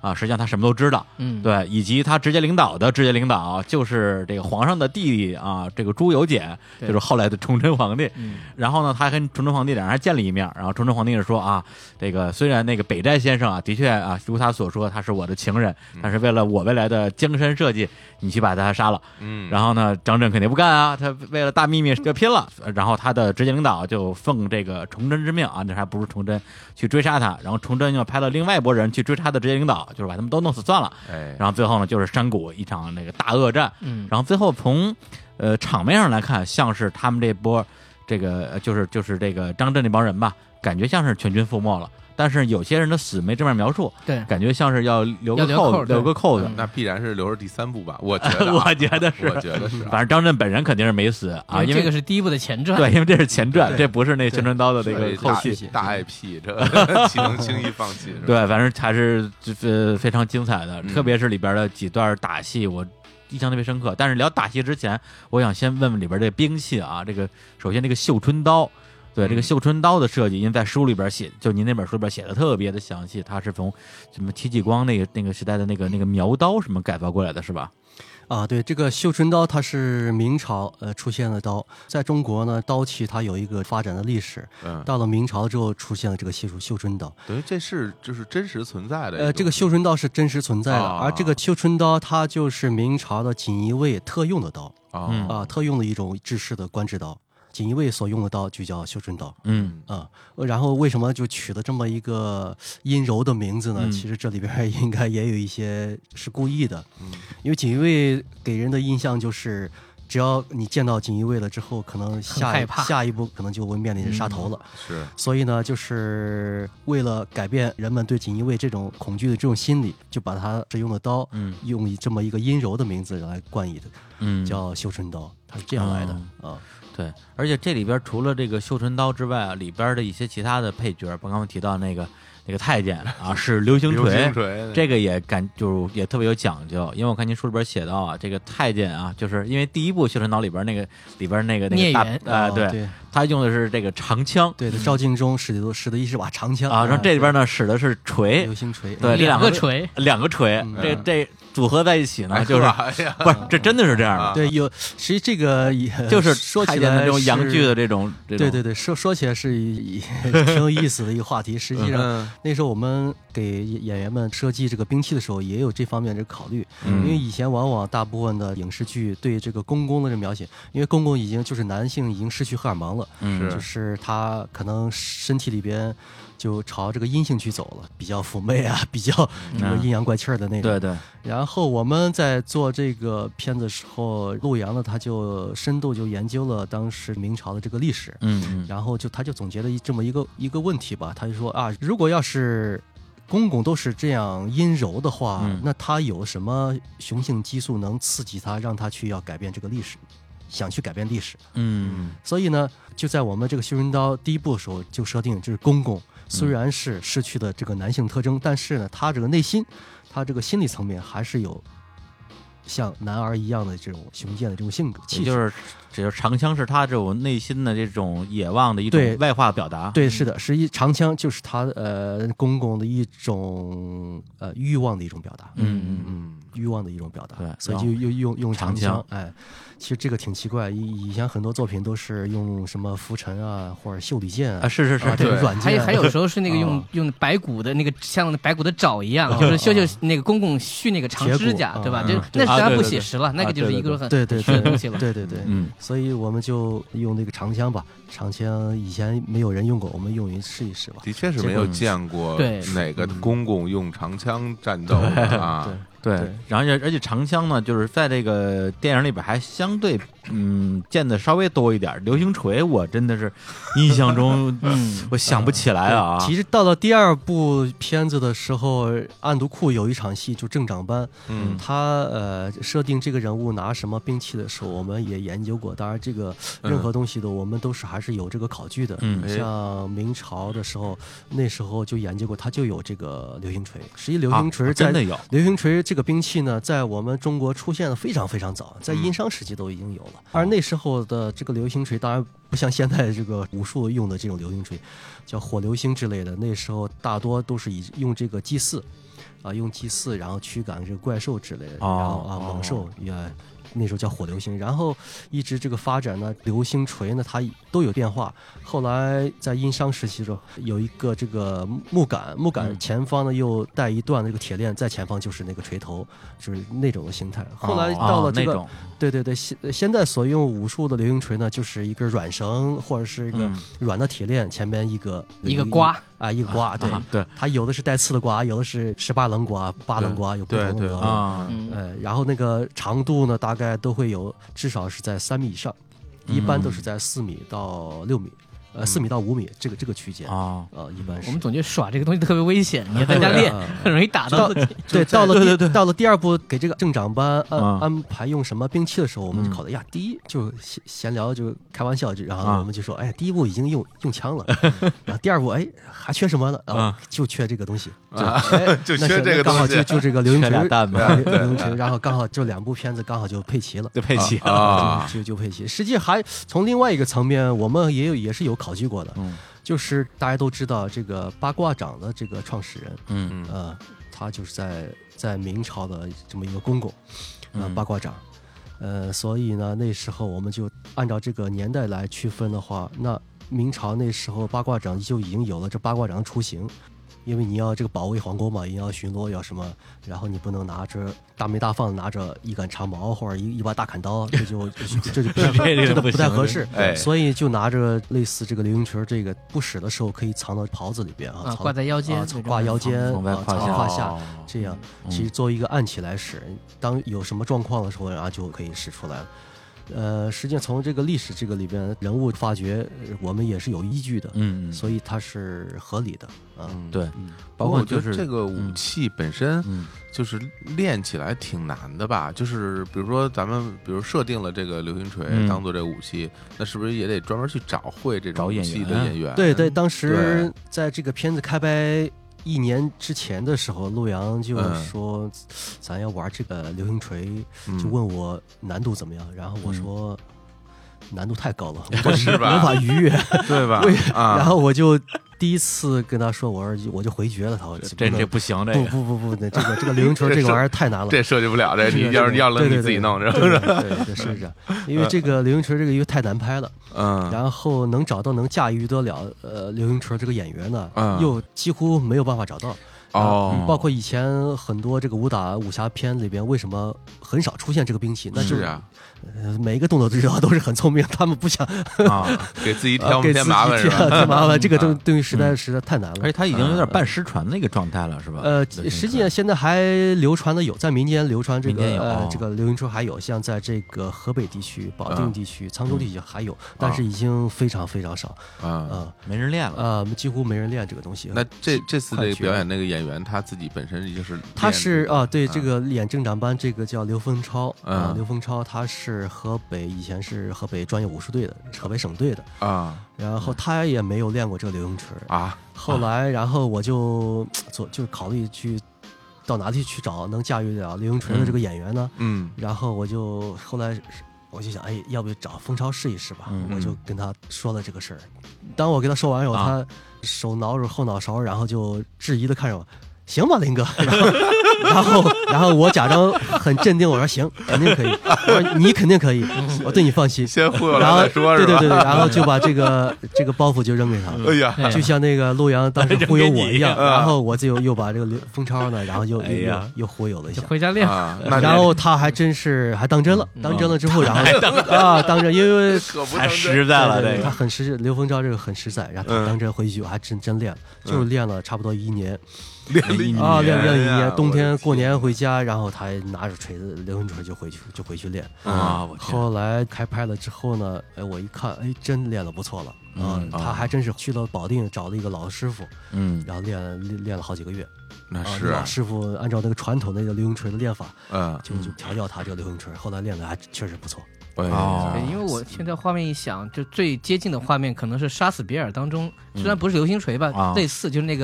A: 啊，实际上他什么都知道，对，以及他直接领导就是这个皇上的弟弟啊，这个朱由检，就是后来的崇祯皇帝。然后呢，他还跟崇祯皇帝两人还见了一面，然后崇祯皇帝是说啊，这个虽然那个北斋先生啊，的确啊，如他所说，他是我的情人，但是为了我未来的江山社稷，你去把他杀了。然后呢，张震肯定不干啊，他为了大秘密就拼了。然后他的直接领导就奉这个崇祯之命啊，那还不是崇祯去追杀他，然后崇祯又派了另外一拨人去追杀他的直接领导，就是把他们都弄死算了。然后最后呢，就是山谷一场那个大恶战。然后最后从场面上来看，像是他们这波这个就是这个张震那帮人吧，感觉像是全军覆没了。但是有些人的死没这么描述，
D: 对，
A: 感觉像是要留个扣子，
B: 那必然是留着第3部吧？我觉得是，
A: 反正张震本人肯定是没死啊，因为
D: 这个是第1部的前传，
A: 对，因为这是前传，这不是那旋转刀的那个后续
B: 大 IP， 这岂能轻易放弃？
A: 对，反正还是非常精彩的，特别是里边的几段打戏，我印象特别深刻。但是聊打戏之前，我想先问问里边这个兵器啊，这个首先这个绣春刀。对，这个绣春刀的设计，因为在书里边写，就您那本书里边写的特别的详细，它是从什么戚继光那个时代的那个苗刀什么改造过来的，是吧？
C: 啊，对，这个绣春刀它是明朝出现的刀，在中国呢，刀器它有一个发展的历史，到了明朝之后出现了这个绣春刀。
B: 对，这是就是真实存在的。
C: 这个绣春刀是真实存在的，而这个绣春刀它就是明朝的锦衣卫特用的刀，特用的一种制式的官制刀。锦衣卫所用的刀就叫绣春刀，然后为什么就取了这么一个阴柔的名字呢？其实这里边应该也有一些是故意的，因为锦衣卫给人的印象就是，只要你见到锦衣卫了之后，可能下一步可能就会面临着杀头了。
B: 是，
C: 所以呢，就是为了改变人们对锦衣卫这种恐惧的这种心理，就把它使用的刀，用以这么一个阴柔的名字来冠以的，叫绣春刀，它是这样来的啊。
A: 对，而且这里边除了这个绣春刀之外啊，里边的一些其他的配角，刚刚提到那个太监啊，是流星锤，这个也就是也特别有讲究，因为我看您书里边写到啊，这个太监啊，就是因为第1部绣春刀里边那个大对，他用的是这个长枪，
C: 对，赵敬忠使的一把长枪
A: 啊，然后这里边呢使的是锤，
C: 流星锤，
A: 对，
D: 两个锤，
A: 这组合在一起呢，就是不是这真的是这样的，
C: 对，有实际这个
A: 就是
C: 说起
A: 来这种洋剧的这种，
C: 对，说起来是挺有意思的一个话题。实际上那时候我们给演员们设计这个兵器的时候，也有这方面的考虑，因为以前往往大部分的影视剧对这个公公的这描写，因为公公已经就是男性已经失去荷尔蒙了，就是他可能身体里边就朝这个阴性去走了，比较妩媚啊，比较这个阴阳怪气的那种。
A: 对。
C: 然后我们在做这个片子的时候，陆阳呢他就深度就研究了当时明朝的这个历史，然后他就总结了这么一个问题吧，他就说啊，如果要是公公都是这样阴柔的话，那他有什么雄性激素能刺激他，让他去要改变这个历史？想去改变历史，所以呢，就在我们这个绣春刀第1部的时候就设定，就是公公虽然是失去了这个男性特征，但是呢，他这个内心，他这个心理层面还是有像男儿一样的这种雄健的这种性格气质。
A: 就是长枪是他这种内心的这种野望的一种外化表达。
C: 对，是的，长枪就是他公公的一种欲望的一种表达。欲望的一种表达。
A: 对，
C: 所以就用长枪。其实这个挺奇怪，以前很多作品都是用什么拂尘啊，或者袖里剑啊，
A: 是
C: 这种软剑。
D: 还有时候是那个用白骨的那个像白骨的爪一样，就是修那个公公续那个长指甲，对吧？那当然不写实了，那个就是一个很虚的东西了。
C: 对，所以我们就用那个长枪吧。长枪以前没有人用过，我们用试一试吧。
B: 的确是没有见过哪个公公用长枪战斗啊。
A: 对，然后而且长枪呢，就是在这个电影里边还相对见的稍微多一点。流星锤我真的是印象中我想不起来啊。
C: 其实到了第2部片子的时候，暗毒库有一场戏就正长班，他设定这个人物拿什么兵器的时候，我们也研究过。当然这个任何东西的我们都是还是有这个考据的。像明朝的时候，那时候就研究过，他就有这个流星锤。实际流星锤
A: 真的有
C: 流星锤这个兵器呢，在我们中国出现的非常非常早，在殷商时期都已经有了。而那时候的这个流星锤，当然不像现在这个武术用的这种流星锤，叫火流星之类的。那时候大多都是用这个祭祀，用祭祀然后驱赶这个怪兽之类的，然后猛兽也。那时候叫火流星，然后一直这个发展呢，流星锤呢它都有变化。后来在殷商时期的时候，有一个这个木杆前方呢又带一段这个铁链，在前方就是那个锤头，就是那种的形态。后来到了这个，对，现在所用武术的流星锤呢，就是一根软绳或者是一个软的铁链，前边一个
D: 刮。
C: 一个刮，对，它有的是带刺的刮，有的是18棱刮、8棱刮，有不同的然后那个长度呢，大概都会有至少是在3米以上，一般都是在4米到6米。4米到5米这个区间一般是。
D: 我们总觉得耍这个东西特别危险，你要在家练，很容易打到自己。
C: 对，到了第二步给这个正长班安排用什么兵器的时候，我们就考虑第一就闲聊就开玩笑，然后我们就说，第一步已经用枪了，然后第二步还缺什么呢？就缺这个东西，
B: 就缺这个东西，
C: 刚好就这个流星锤，
A: 流
C: 星锤，然后刚好这2部片子刚好就配齐了，
A: 就配齐
C: 就配齐。实际还从另外一个层面，我们也是有考据过的，就是大家都知道这个八卦掌的这个创始人，他就是在明朝的这么一个公公，八卦掌，所以呢，那时候我们就按照这个年代来区分的话，那明朝那时候八卦掌就已经有了这八卦掌的雏形。因为你要这个保卫皇宫嘛，也要巡逻，要什么，然后你不能拿着大枚大放拿着一杆长矛或者一把大砍刀，这就不太合适，所以就拿着类似这个流星锤，这个不使的时候可以藏到袍子里边
D: 挂在腰间，
C: 挂腰间，
A: 藏
C: 胯下，这样其实作为一个暗器来使，当有什么状况的时候，然后就可以使出来了。实际上从这个历史这个里边人物发掘，我们也是有依据的，所以它是合理的，
A: 对，
B: 包括就是这个武器本身，就是练起来挺难的吧？就是比如说咱们设定了这个流星锤当做这个武器，那是不是也得专门去找会这种武器的演员？
C: 对，当时在这个片子开拍1年之前的时候，陆阳就说咱要玩这个流星锤，就问我难度怎么样，然后我说难度太高了，
B: 是吧？
C: 无法逾越，
B: 对吧？
C: 然后我就第一次跟他说，我就回绝了他，
A: 这不行，这
C: 不，这个流星锤这个玩意儿太难了，
B: 这设计不了，这你要扔你自己弄，
C: 对，是这样，因为这个流星锤这个因为太难拍了，然后能找到能驾驭得了流星锤这个演员呢，又几乎没有办法找到。包括以前很多这个武侠片里边为什么很少出现这个兵器？那就是每一个动作指导都是很聪明，他们不想
B: 给自己添麻烦，
C: 添麻烦，这个东西实在太难了。
A: 而且他已经有点半失传那个状态了，是吧？
C: 实际上现在还流传的有，在民间流传这个这个流星锤还有，像在这个河北地区、保定地区、沧州地区还有，但是已经非常非常少
A: 没人练了
C: 几乎没人练这个东西。
B: 那这次这个表演那个演员他自己本身就是
C: 他是对这个演正长班这个叫刘丰超刘丰超他是以前是河北专业武术队的，河北省队的然后他也没有练过这个流星锤后来然后我就考虑去到哪里去找能驾驭了流星锤的这个演员呢？然后后来我就想，要不找丰超试一试吧？我就跟他说了这个事儿。当我跟他说完以后，他手挠着后脑勺，然后就质疑的看着我。行吧，林哥，然后我假装很镇定，我说行，肯定可以，我说你肯定可以，我对你放心。
B: 先忽悠了再说，是吧？
C: 对，然后就把这个包袱就扔给他了。
B: 哎呀，
C: 就像那个陆阳当时忽悠我一样，然后我就又把这个丰超呢，然后又忽悠了一下，
D: 回家练。
C: 然后他还真是还当真了，当真了之后，然后当真，因为
A: 太实在了，
C: 这个他很实，刘丰超这个很实在，然后他当真回去还真练了，就练了差不多1年。
B: 练了1
C: 年，冬天过年回家，然后他拿着锤子流星锤就回去练后来开拍了之后呢，我一看，真练得不错了他还真是去了保定找了一个老师傅，然后练了好几个月。
B: 那是
C: 老师傅按照那个传统那个流星锤的练法，就调教他这个流星锤，后来练得还确实不错。
D: 因为我现在画面一想，就最接近的画面可能是《杀死比尔》当中，虽然不是流星锤吧，类似就是那个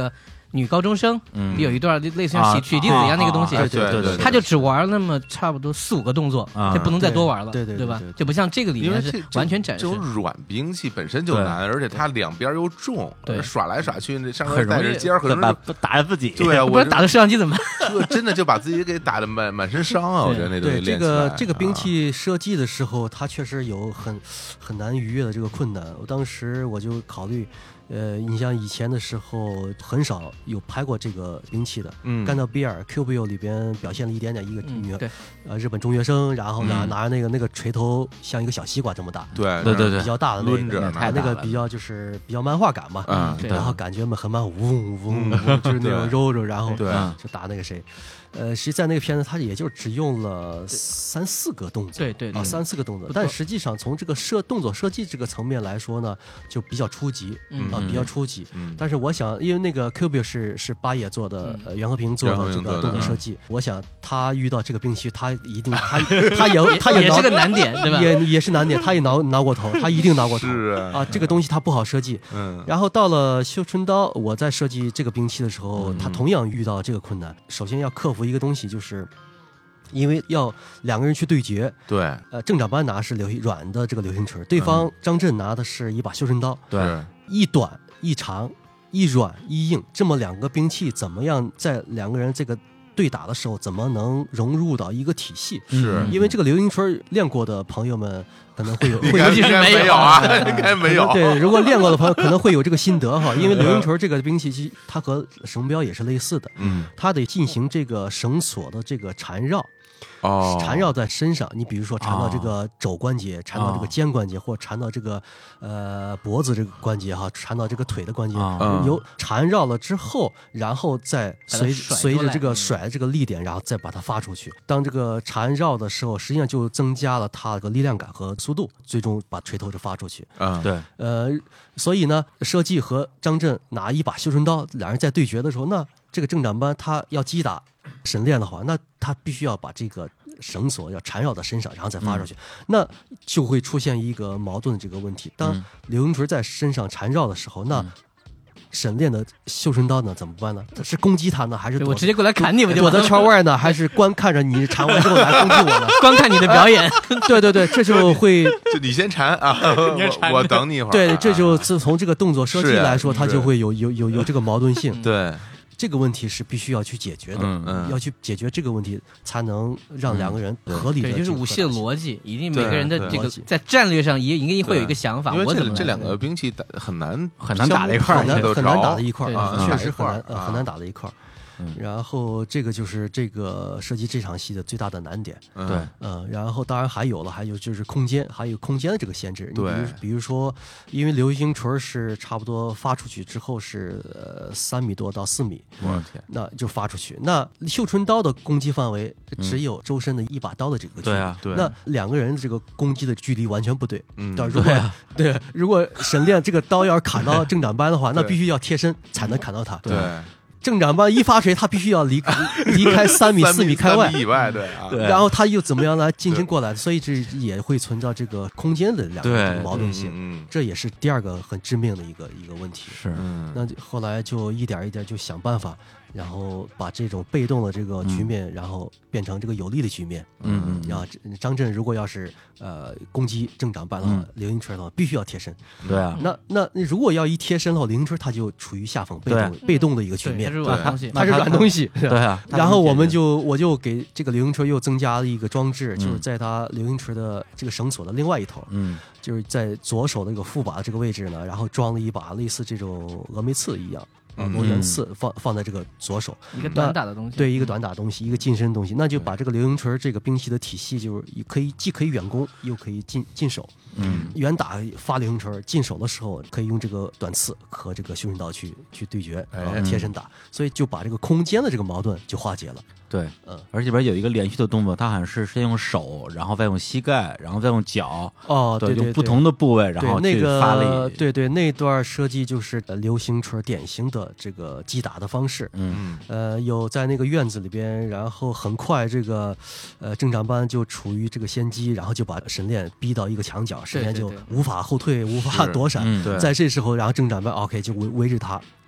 D: 女高中生，有一段类似像取弟子一样那个东西，
B: 对，
D: 他就只玩那么差不多4-5个动作，就不能再多玩了，对吧？就不像这个里面是完全展示。
B: 这种软兵器本身就难，而且它两边又重，耍来耍去，那上面
A: 很容易
B: 尖，很容易
A: 打自己。
B: 对啊，
D: 不然打着摄像机怎么
B: 办？真的就把自己给打得满身伤啊！我觉得那东西练起
C: 来。这个兵器设计的时候，它确实有很难逾越的这个困难。当时我就考虑。你像以前的时候很少有拍过这个兵器的，干到比尔 Q bill 里边表现了一点一个女日本中学生，然后呢拿着那个锤头像一个小西瓜这么大，
B: 对，
C: 比较大的那个比较漫画感嘛，然后感觉很慢，嗡嗡嗡，就是那种揉，然后就打那个谁。实际在那个片子，他也就只用了3-4个动作，
D: 对
C: 3-4个动作，但实际上从这个动作设计这个层面来说呢，就比较初级，比较初级。但是我想，因为那个 Q bill 是八野做的，袁和平做的这个动作设计，我想他遇到这个兵器，他一定他也
D: 是个难点，对吧？
C: 也是难点，他也挠过头，他一定挠过头啊！这个东西他不好设计。然后到了绣春刀，我在设计这个兵器的时候，他同样遇到这个困难。首先要克服一个东西，就是因为要2个人去对决，
B: 对，
C: 郑长班拿是软的这个流星锤，对方张震拿的是一把绣春刀，
B: 对，
C: 一短一长，一软一硬，这么2个兵器怎么样在2个人这个对打的时候怎么能融入到一个体系？
B: 是
C: 因为这个流星锤练过的朋友们可能会有，
B: 应该没有啊，应该没有。
C: 对，如果练过的朋友可能会有这个心得哈，因为流星锤这个兵器，其实它和绳标也是类似的，它得进行这个绳索的这个缠绕。缠绕在身上，你比如说缠到这个肘关节，缠到这个肩关节，或缠到这个脖子这个关节哈，缠到这个腿的关节，由缠绕了之后，然后再随着这个甩这个力点，然后再把它发出去。当这个缠绕的时候，实际上就增加了它的力量感和速度，最终把锤头就发出去。
A: 对，
C: 所以呢，社稷和张震拿一把绣春刀，两人在对决的时候，那这个郑长班他要击打沈炼的话，那他必须要把这个绳索要缠绕到身上，然后再发出去，那就会出现一个矛盾的这个问题。当流星锤在身上缠绕的时候，那沈炼的绣春刀呢怎么办呢？是攻击他呢，还是
D: 我直接过来砍你们？
C: 躲在圈外呢，还是观看着你缠完之后来攻击我呢？
D: 观看你的表演。
C: 对，这就会
B: 就你先缠啊，我等你一会儿。
C: 对，这就从这个动作设计来说，它就会有这个矛盾性。
B: 对。
C: 这个问题是必须要去解决的，要去解决这个问题，才能让2个人合理的。
D: 对，就是武器的逻辑，一定每个人的这个在战略上应该会有一个想法。
B: 因为这2个兵器很难
A: 打在一块儿，
C: 很难打在一块儿，确实很难打在一块儿。然后这个就是这个设计这场戏的最大的难点。
A: 对，
C: 然后当然还有就是空间，还有空间的这个限制。
B: 对，
C: 比如说，因为流星锤是差不多发出去之后是3米多到4米，
B: 我的天，
C: 那就发出去。那绣春刀的攻击范围只有周身的一把刀的这个距离。
A: 对啊，
B: 对。
C: 那2个人的这个攻击的距离完全不对。如果沈炼这个刀要是砍到郑长班的话，那必须要贴身才能砍到他。
B: 对。
C: 郑长班一发锤，他必须要离开3米4米开外
B: 以外，对，
C: 然后他又怎么样来进行过来？所以这也会存在这个空间的2个矛盾性，这也是第2个很致命的一个问题。
A: 是，
C: 那后来就一点一点就想办法，然后把这种被动的这个局面，然后变成这个有利的局面。然后张震如果要是攻击郑长班的话，流星锤的话必须要贴身。
A: 对啊，
C: 那如果要一贴身的话，流星锤他就处于下风被动的一个局面。
D: 它
C: 是软东西。
A: 对啊，
C: 然后我就给这个流星锤又增加了一个装置，就是在它流星锤的这个绳索的另外一头，就是在左手的这个副把这个位置呢，然后装了一把类似这种峨眉刺一样。螺旋刺放在这个左手，
D: 一个短打的东西，
C: 对，一个短打东西，一个近身东西，那就把这个流星锤这个兵器的体系，就是既可以远攻，又可以近手。远打发流星锤，近手的时候可以用这个短刺和这个绣春刀去对决，贴身打，所以就把这个空间的这个矛盾就化解了。
A: 对，而且里边有一个连续的动作，它好像是先用手，然后再用膝盖，然后再用脚。
C: 对，
A: 用不同的部位，然后去发力。
C: 对，那段设计就是流星锤典型的这个击打的方式。有在那个院子里边，然后很快这个郑长班就处于这个先机，然后就把沈炼逼到一个墙角，沈炼就无法后退，无法躲闪。在这时候，然后郑长班 OK 就围着他。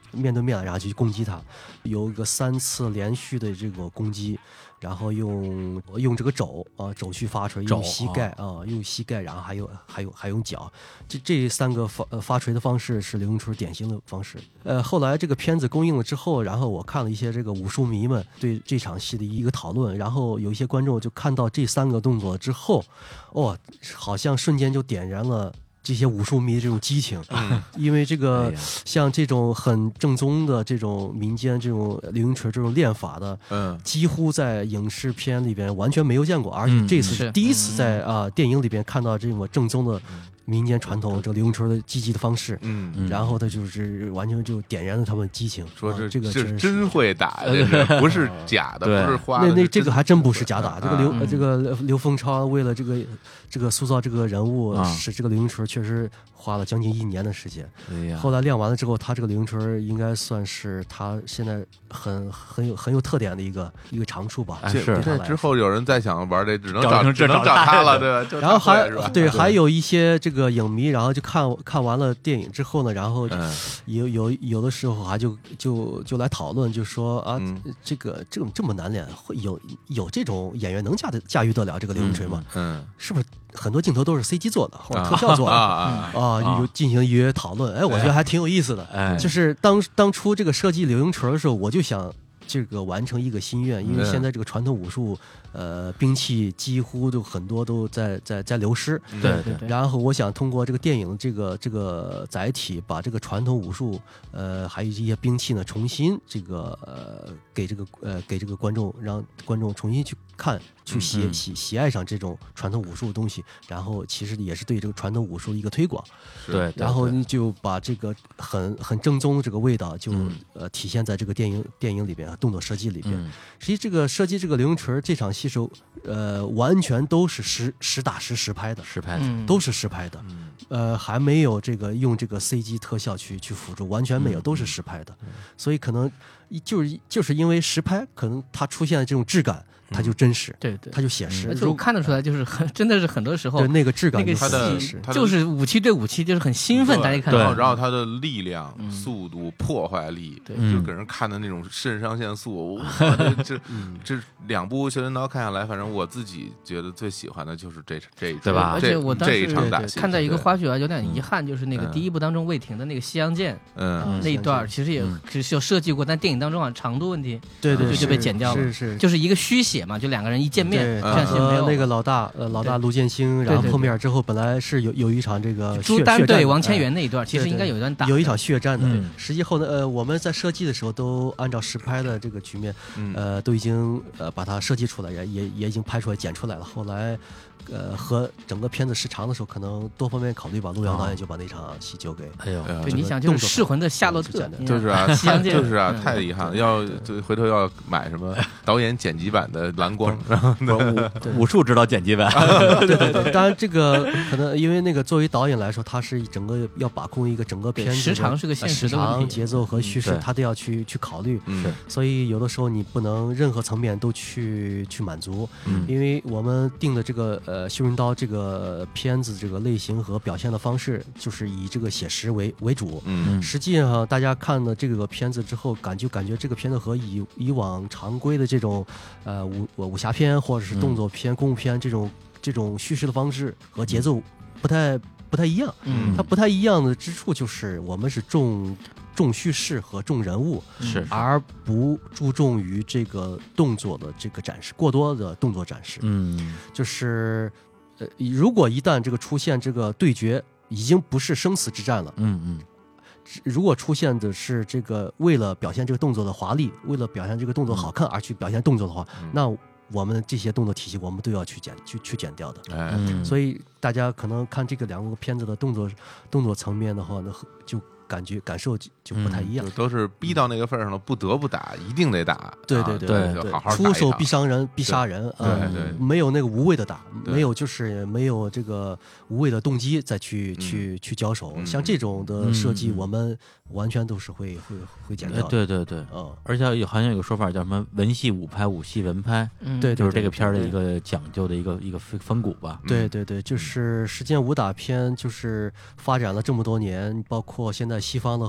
C: 面对面，然后就去攻击他，有一个3次连续的这个攻击。然后用这个肘去发锤，用膝盖用膝盖，然后还用脚，这3个发锤的方式是刘永春典型的方式。后来这个片子公映了之后，然后我看了一些这个武术迷们对这场戏的一个讨论，然后有一些观众就看到这3个动作之后，好像瞬间就点燃了这些武术迷的这种激情，因为这个像这种很正宗的这种民间这种刘永春这种练法的，几乎在影视片里边完全没有见过，而且这次是第一次在电影里边看到这种正宗的民间传统这个刘永春的击击的方式，然后他就是完全就点燃了他们激情，
B: 说
C: 这个
B: 是真会打，不是假的，不是花的，
C: 那这个还真不是假打，这个刘凤超为了这个塑造这个人物，使这个刘永春确实花了将近1年的时间。后来练完了之后，他这个刘永春应该算是他现在很有特点的一个长处吧。
B: 是之后有人再想玩这，只能找他了，对吧？
C: 然后还有一些这个影迷，然后就看完了电影之后呢，然后有的时候还就来讨论，就说这个这么难练，会有这种演员能驾驭得了这个刘永春吗？是不是很多镜头都是 CG 做的或者特效做的有进行一些讨论？我觉得还挺有意思的。就是当初这个设计刘永春的时候，我就想这个完成一个心愿，因为现在这个传统武术兵器几乎都很多都在流失。
D: 对。
C: 然后我想通过这个电影这个载体，把这个传统武术还有一些兵器呢，重新这个给这个观众，让观众重新去看，去喜爱上这种传统武术的东西，然后其实也是对这个传统武术的一个推广。
A: 对。
C: 然后就把这个很正宗的这个味道就体现在这个电影里边，动作设计里边。实际这个设计这个刘永春这场戏时候，完全都是实打实拍的，都是实拍的。还没有这个用这个 CG 特效去辅助，完全没有，都是实拍的。所以可能就是因为实拍，可能它出现的这种质感，它就真实，
D: 对，
C: 它就写实。
D: 而且我看得出来，就是真的是很多时候，
C: 对那个质感，
D: 那个戏就是武器对武器，就是很兴奋，大家看到。
B: 然后它的力量、速度、破坏力，就给人看的那种肾上腺素。这2部《修真刀》看下来，反正我自己觉得最喜欢的就是这
A: 对吧？
D: 而且我当时看到一个花絮
B: 啊，
D: 有点遗憾，就是那个第1部当中魏婷的那个西洋剑，那一段其实也是有设计过，但电影当中长度问题，
C: 对
D: 就被剪掉了，就是一个虚写嘛，就2个人一见面，这样戏没有。
C: 那个老大卢建兴，然后碰面之后，本来是有一场这个
D: 朱丹对王千源那一段，其实应该有一段打，
C: 有一场血战的。实际后呢，我们在设计的时候都按照实拍的这个局面，都已经把它设计出来，也已经拍出来剪出来了。后来和整个片子时长的时候，可能多方面考虑吧，陆阳导演就把那场戏交给。
D: 对，你想就是噬魂的夏洛特，
B: 就是就是太遗憾了，要回头要买什么导演剪辑版的蓝光，
A: 武术指导剪辑版。
C: 对，当然这个可能因为那个作为导演来说，他是整个要把控一个整个片子
D: 时长是个现实的问题，
C: 时长、节奏和叙事，他都要去考虑。所以有的时候你不能任何层面都去满足，因为我们定的这个修真刀这个片子这个类型和表现的方式，就是以这个写实为主。实际上大家看了这个片子之后，感觉这个片子和以往常规的这种武侠片或者是动作片、功夫片这种叙事的方式和节奏不太一样。它不太一样的之处就是我们是重叙事和重人物，而不注重于这个动作的这个展示，过多的动作展示。就是如果一旦这个出现这个对决，已经不是生死之战了。如果出现的是这个为了表现这个动作的华丽，为了表现这个动作好看而去表现动作的话，那我们这些动作体系我们都要去剪掉的。所以大家可能看这个2个片子的动作层面的话呢，就感受就不太一样，
B: 都是逼到那个份上了，不得不打，一定得打。
C: 对，
B: 好好打，
C: 出手必伤人，必杀人。
B: 对，
C: 没有那个无谓的打，没有这个无谓的动机再去交手。像这种的设计，我们完全都是会剪掉
A: 对，
C: 的。
A: 而且好像有个说法叫什么文戏武拍，武戏文拍。
C: 对，
A: 就是这个片儿的一个讲究的一个风骨吧。
C: 对，就是实践武打片就是发展了这么多年，包括现在西方的有很多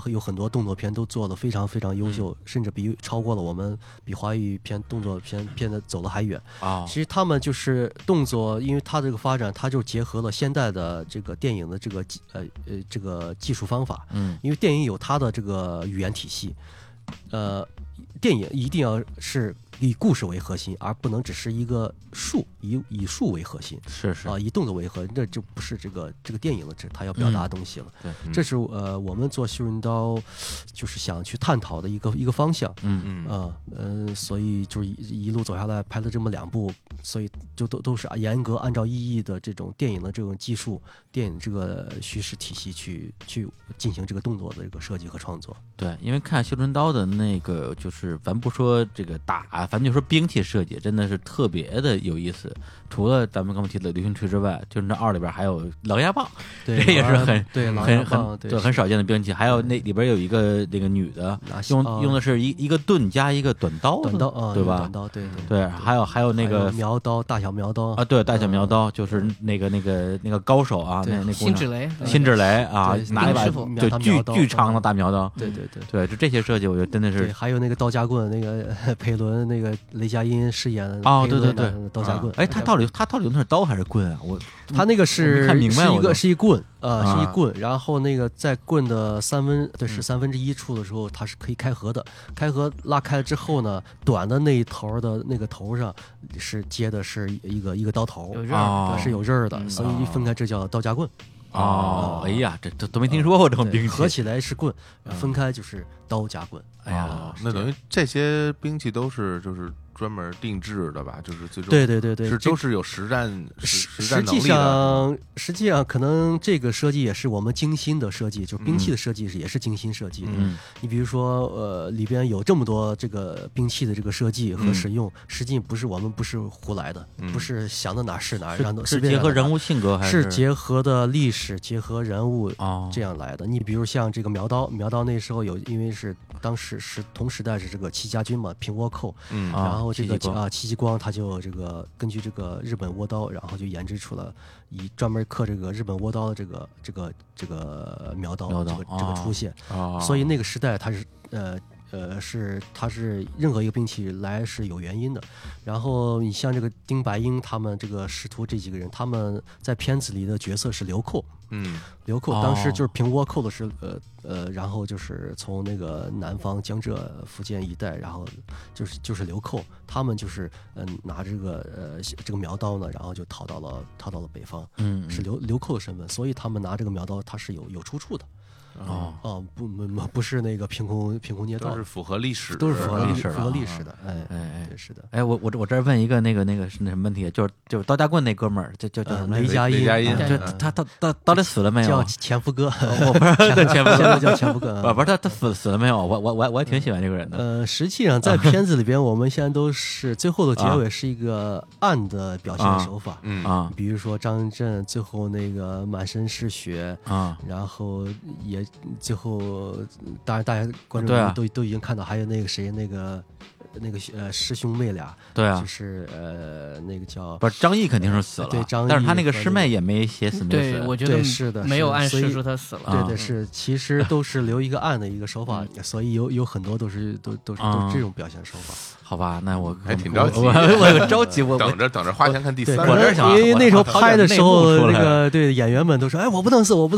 C: 动作片都做得非常非常优秀，甚至超过了我们比华语片动作片的走得还远啊。其实他们就是动作，因为它这个发展，它就结合了现代的这个电影的这个技术方法。因为电影有它的这个语言体系，电影一定要是以故事为核心，而不能只是一个以术为核心，
A: 是
C: 以动作为核心，这就不是这个电影的它要表达的东西了。
A: 对，
C: 这是我们做修人刀就是想去探讨的一个方向。所以就是一路走下来拍了这么2部，所以就都是严格按照意义的这种电影的这种技术、电影这个叙事体系去进行这个动作的这个设计和创作。
A: 对，因为看修真刀的那个，就是咱不说这个打，咱就说兵器设计，真的是特别的有意思。除了咱们刚提的流星锤之外，就是那2里边还有狼牙棒，这也是很少见的兵器。还有那里边有一个那个女的，用的是一个盾加一个短刀，对吧？
C: 短刀，
A: 对，还有那个
C: 苗刀，大小苗刀
A: 啊，对，大小苗刀就是那个高手啊，那
D: 辛芷
A: 蕾啊，拿一把巨长的大苗刀，
C: 对，
A: 就这些设计，我觉得真的是。
C: 还有那个刀夹棍，那个佩伦，那个雷佳音饰演的
A: 对，
C: 刀夹棍。
A: 哎，他到底用的是刀还是棍啊？
C: 他那个是一棍是一棍，然后那个在棍的3分之一处的时候，它是可以开合的。开合拉开了之后呢，短的那一头的那个头上是接的是一个刀头，是有刃的，所以一分开这叫刀夹棍。
A: 哎呀，这都没听说过这种兵器。
C: 合起来是棍，分开就是刀夹棍。
A: 哎呀，
B: 那等于这些兵器都是就是专门定制的吧？就是最终
C: 对，
B: 是都是有实战能力
C: 的。实际上可能这个设计也是我们精心的设计，就是兵器的设计也是精心设计的。你比如说里边有这么多这个兵器的这个设计和使用，实际我们不是胡来的，不是想到哪是哪，
A: 是结合人物性格还
C: 是结合的历史，结合人物这样来的。你比如像这个苗刀那时候因为是当时是同时代是这个戚家军嘛，平倭寇，然后这个戚继光他就这个根据这个日本倭刀，然后就研制出了专门刻这个日本倭刀的这个苗刀这个出现，所以那个时代它是它是任何一个兵器来是有原因的。然后你像这个丁白英他们这个师徒这几个人，他们在片子里的角色是流寇。流寇当时就是平倭寇的是然后就是从那个南方江浙福建一带，然后就是流寇，他们就是拿这个苗刀呢，然后就逃到了北方，是流寇的身份，所以他们拿这个苗刀它是有出处的。不是那个凭空捏造，
B: 都是符合历史，
C: 都是符合历史的。是的。
A: 哎，我这儿问一个那个是那什么问题？就是刀夹棍那哥们儿，叫什么？
C: 雷佳音，
A: 他到底死了没有？
C: 叫前夫哥，
A: 我不知道前夫哥
C: 叫前夫哥。
A: 不是他死了没有？我还挺喜欢这个人的。
C: 实际上在片子里边，我们现在都是最后的结尾是一个暗的表现手法。比如说张震最后那个满身是血然后也。最后，当然大家观众都已经看到，还有那个谁，那个师兄妹俩，
A: 对啊，
C: 就是那个叫
A: 不是张译肯定是死了，
C: 对张译，
A: 但是他那个师妹也没写死，
D: 对，我觉得
C: 是的，
D: 没有暗示说他死了，
C: 对，是其实都是留一个暗的一个手法，所以有很多都是这种表现手法。
A: 好吧，那我
B: 还挺着急，
A: 我有着急，我
B: 等着花钱看第3部。
A: 我这想，
C: 因为那时候拍的时候，那个对演员们都说：“哎，我不能死，我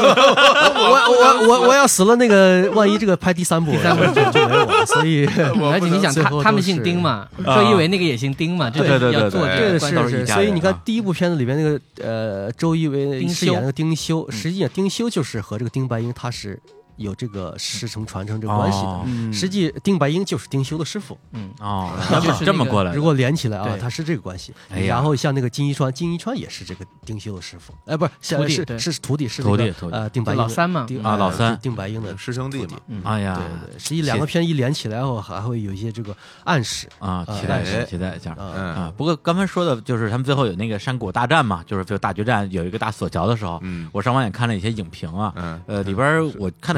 C: 要死了，那个万一这个拍第3部就没有了。”所以，
D: 而且你想，他们姓丁嘛，周一围那个也姓丁嘛，
A: 对，
D: 要做这个
C: 是。所以你看第1部片子里边那个周一围饰演那个丁修，实际上丁修就是和这个丁白英他是有这个师承传承这个关系的。实际丁白英就是丁修的师傅。
A: 这么过来，
C: 如果连起来啊，他是这个关系。然后像那个金一川也是这个丁修的师傅。哎，不是徒弟，是丁白英
D: 老三嘛
A: 老三
C: 丁白英的
B: 师兄弟嘛。
A: 哎呀，
C: 对，实际2个片一连起来后，还会有一些这个暗示
A: 啊，期待一下啊。不过刚才说的就是他们最后有那个山谷大战嘛，就是就大决战有一个大索桥的时候，我上网也看了一些影评啊，里边我看的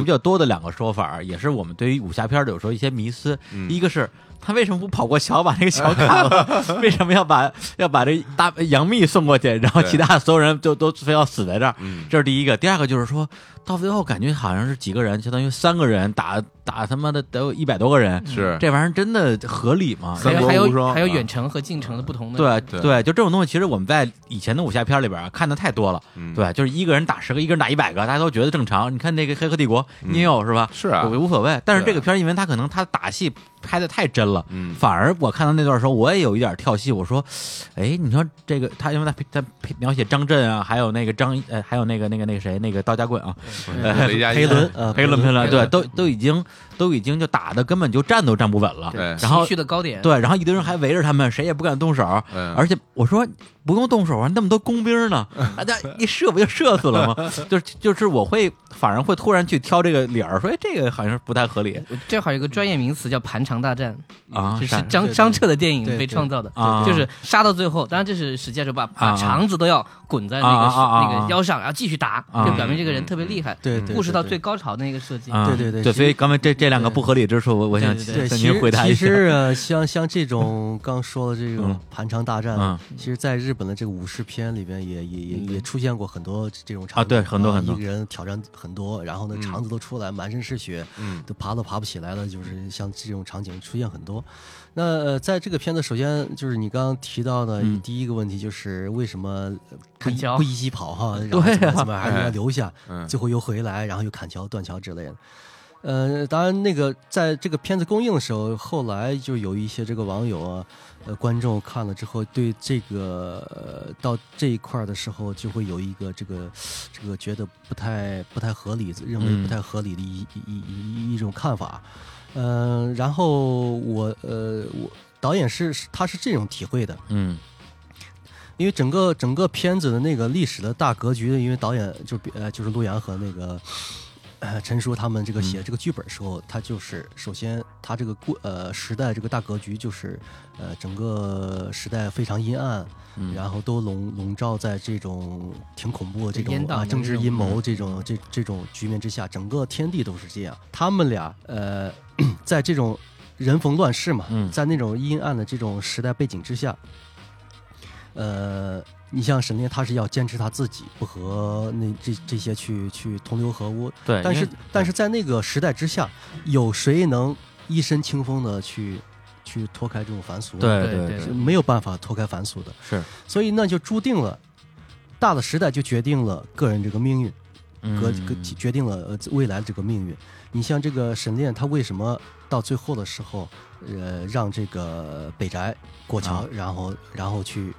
A: 比较多的2个说法，也是我们对于武侠片的有时候一些迷思。一个是他为什么不跑过桥把那个桥砍了？为什么要把这大杨幂送过去，然后其他所有人都非要死在这儿？这是第一个。第二个就是说到最后感觉好像是几个人，相当于3个人打他妈的得有100多个人，
B: 是
A: 这玩意儿真的合理吗？
D: 还有远程和近程的不同的。
A: 对，就这种东西，其实我们在以前的武侠片里边看的太多了。对，就是1个人打10个，1个人打100个，大家都觉得正常。你看那个《黑河帝国》，你也有是吧？
B: 是啊，
A: 无所谓。但是这个片因为他可能他打戏拍的太真了，反而我看到那段的时候，我也有一点跳戏。我说，哎，你说这个他因为他描写张震啊，还有那个还有那个谁，那个刀家棍啊，
C: 黑轮，
A: 对，都已经就打的根本就站都站不稳了，然后
D: 情绪的高点，
A: 对，然后一堆人还围着他们，谁也不敢动手，而且我说不用动手啊，那么多工兵呢，大家一射不就射死了吗？就是我反而会突然去挑这个理儿，说这个好像不太合理。
D: 正好有个专业名词叫盘肠大战
A: 啊，
D: 就是张彻的电影被创造的，就是杀到最后，当然这是史记说把肠子都要滚在那个腰上，然后继续打，就表明这个人特别厉害。
C: 对，
D: 故事到最高潮的那个设计。
C: 对，
A: 所以刚才这2个不合理之处，我想向您回答一下。
C: 其实像这种刚说的这种盘肠大战，其实在日本的这个武士片里边也出现过很多这种场景
A: 对，很多
C: 一个人挑战很多，然后呢肠子都出来，满身是血，都爬都爬不起来了，就是像这种场景出现很多。那在这个片子，首先就是你刚刚提到的第一个问题，就是为什么不一起跑哈？然后怎么还是要留下，最后又回来，然后又砍桥、断桥之类的。当然那个在这个片子公映的时候，后来就有一些这个网友啊。观众看了之后，对这个到这一块的时候，就会有一个这个觉得不太合理，认为不太合理的一种看法。然后我导演他是这种体会的，因为整个片子的那个历史的大格局，因为导演就是陆阳和那个。陈叔他们这个写这个剧本的时候，他就是首先他这个时代这个大格局就是整个时代非常阴暗，然后都笼罩在这种挺恐怖的这种政治阴谋这种局面之下，整个天地都是这样。他们俩在这种人逢乱世嘛，在那种阴暗的这种时代背景之下，你像沈炼，他是要坚持他自己，不和这些去同流合污。
A: 对，
C: 但是在那个时代之下，有谁能一身清风的去脱开这种凡俗？
A: 对，
C: 没有办法脱开凡俗的。
A: 是，
C: 所以那就注定了，大的时代就决定了个人这个命运，决定了未来的这个命运。你像这个沈炼，他为什么到最后的时候，让这个北宅过桥，然后去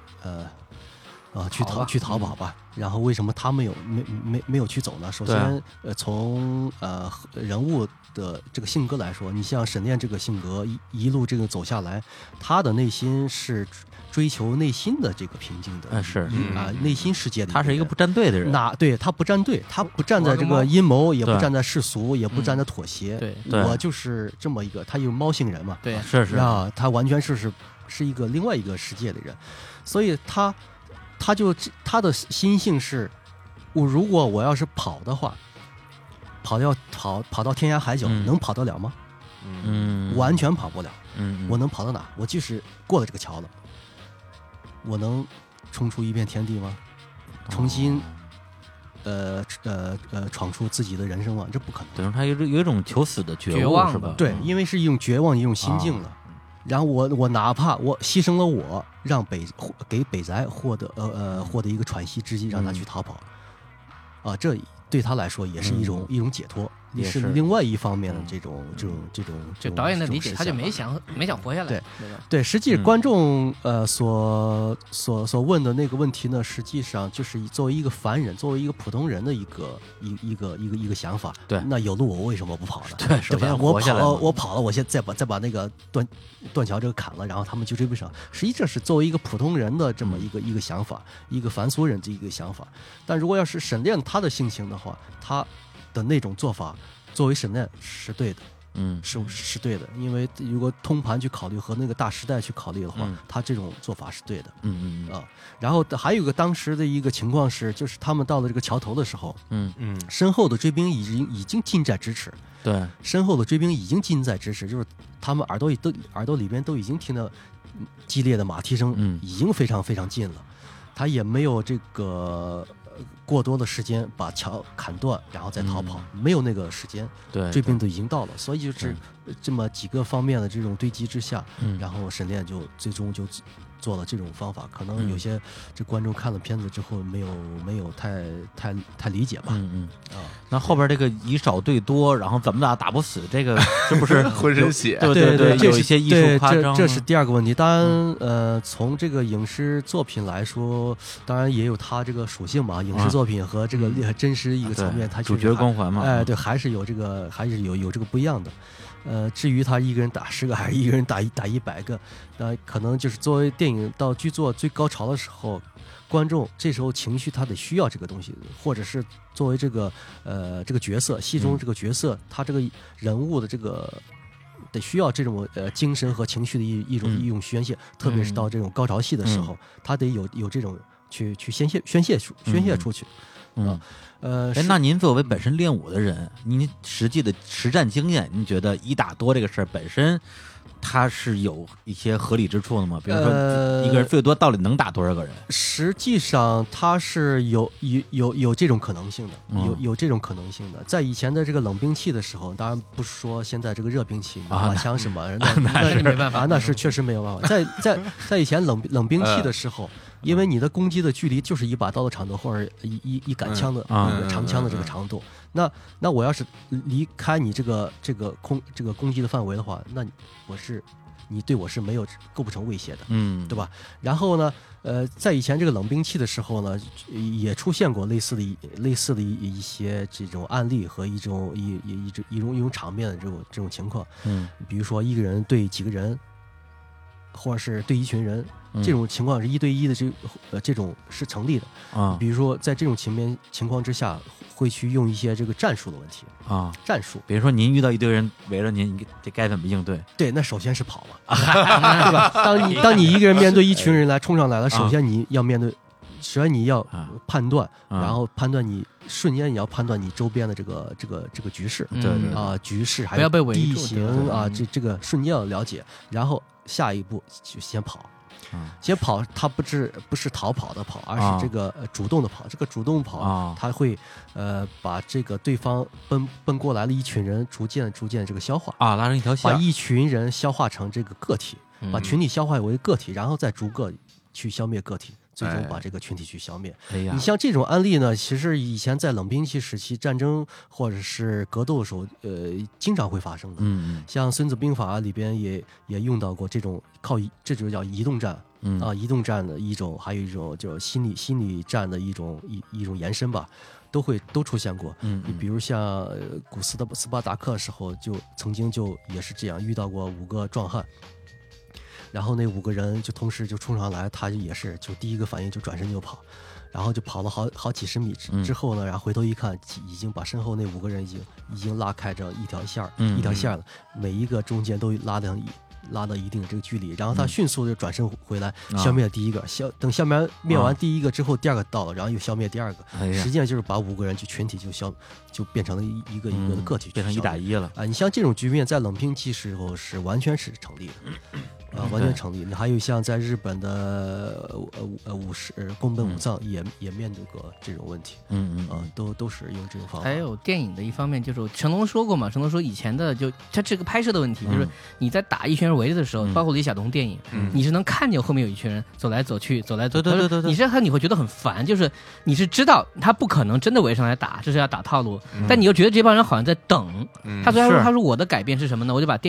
C: 去逃跑吧。然后为什么他没有去走呢？首先，从人物的这个性格来说，你像沈炼这个性格一路这个走下来，他的内心是追求内心的这个平静的，内心世界的。
A: 他是一个不站队的人，
C: 对，他不站队，他不站在这个阴谋，也不站在世俗，也不站在妥协。
A: 对，
C: 我就是这么一个，他有猫性人嘛。
D: 对，
A: 是
C: 啊，他完全是一个另外一个世界的人，所以他的心性是，如果我要是跑的话，跑到天涯海角，能跑得了吗？完全跑不了。我能跑到哪？我即使过了这个桥了，我能冲出一片天地吗？重新闯出自己的人生吗？这不可能。
A: 等于他有一种求死的
D: 绝望
A: 是吧？
C: 对，因为是一种绝望，一种心境了。然后我哪怕我牺牲了我，让给北宅获得一个喘息之机，让他去逃跑，这对他来说也是一种解脱，也是另外一方面的这种。
D: 就导演的理解，他就没想活下来。
C: 对，实际观众所问的那个问题呢，实际上就是作为一个凡人，作为一个普通人的一个想法。
A: 对，
C: 那有路我为什么不跑呢？
A: 对，
C: 首先我跑了，我现在再把那个断桥这个砍了，然后他们就追不上。实际这是作为一个普通人的这么一个想法，一个凡俗人的一个想法。但如果要是沈炼他的性情的话，他的那种做法，作为沈炼是对的。 是对的，因为如果通盘去考虑和那个大时代去考虑的话，他这种做法是对的。然后还有一个当时的一个情况是，就是他们到了这个桥头的时候，身后的追兵已经近在咫尺。
A: 对，
C: 身后的追兵已经近在咫尺，就是他们耳朵里边都已经听到激烈的马蹄声，已经非常非常近了。他也没有这个过多的时间把桥砍断，然后再逃跑，没有那个时间。
A: 对，
C: 追兵都已经到了，所以就是这么几个方面的这种堆积之下，然后沈炼就最终就做了这种方法。可能有些这观众看了片子之后没有太理解吧。
A: 那后边这个以少对多，然后怎么打不死，这个是不是
B: 浑身血？
A: 对，有一些艺术夸张。
C: 这是第二个问题。当然，从这个影视作品来说，当然也有它这个属性嘛。影视作品和这个真实一个层面，它
A: 主角光环嘛。
C: 对，还是有这个不一样的。至于他一个人打10个还是一个人打100个，可能就是作为电影到剧作最高潮的时候，观众这时候情绪他得需要这个东西，或者是作为这个角色戏中这个角色，他这个人物的这个得需要这种精神和情绪的一种宣泄，特别是到这种高潮戏的时候，他得有这种去宣泄出去。
A: 那您作为本身练武的人，您实际的实战经验，您觉得1打多这个事儿本身它是有一些合理之处的吗？比如说一个人最多到底能打多少个人？
C: 实际上它是有这种可能性的，有这种可能性的。在以前的这个冷兵器的时候，当然不是说现在这个热兵器马枪什么，
D: 那是没办法，
C: 那是确实没有办法。在以前冷兵器的时候，因为你的攻击的距离就是一把刀的长度，或者一杆枪的长枪的这个长度。那我要是离开你这个攻击的范围的话，那你对我是没有构不成威胁的，对吧？然后呢，在以前这个冷兵器的时候呢，也出现过类似的一些这种案例和一种场面的这种情况，比如说一个人对几个人，或者是对一群人。这种情况是1对1的这种是成立的比如说在这种情况之下，会去用一些这个战术的问题战术。
A: 比如说您遇到一堆人围着您，这该怎么应对？
C: 对，那首先是跑嘛，对吧？当你一个人面对一群人来冲上来了，首先你要面对，首先你要判断，然后判断你瞬间你要判断你周边的这个局势，局势还有地形这个瞬间要了解，然后下一步就先跑。先跑，它不是逃跑的跑，而是这个主动的跑。这个主动跑，它会把这个对方奔过来的一群人逐渐这个消化
A: 拉成一条线，
C: 把一群人消化成这个个体，把群体消化为个体，然后再逐个去消灭个体。最终把这个群体去消灭。你像这种案例呢，其实以前在冷兵器时期战争或者是格斗的时候，经常会发生的。像《孙子兵法》里边也用到过这种这就叫移动战移动战的一种，还有一种就是心理战的一种延伸吧，都出现过。你比如像古斯巴达克的时候，就曾经也是这样遇到过5个壮汉。然后那5个人就同时就冲上来，他也是就第一个反应就转身就跑，然后就跑了好几十米之后呢，然后回头一看，已经把身后那5个人已经拉开这一条线了，每一个中间都拉到一定的这个距离，然后他迅速就转身回来消灭了第一个，等消灭完第一个之后，第二个到了，然后又消灭第二个，实际上就是把5个人群体就变成了一个的个体，
A: 变成1打1了
C: 你像这种局面在冷兵器时候是完全是成立的。完全成立。你还有像在日本的武士宫本武藏也面对过这种问题，都是用这种方法。
D: 还有电影的一方面，就是成龙说过嘛，成龙说以前的就他这个拍摄的问题，就是你在打一群人围着的时候，包括李小龙电影，你是能看见后面有一群人走来走去，对，你这样你会觉得很烦，就是你是知道他不可能真的围上来打，这是要打套路，但你又觉得这帮人好像在等。他说我的改变是什么呢？我就把电影机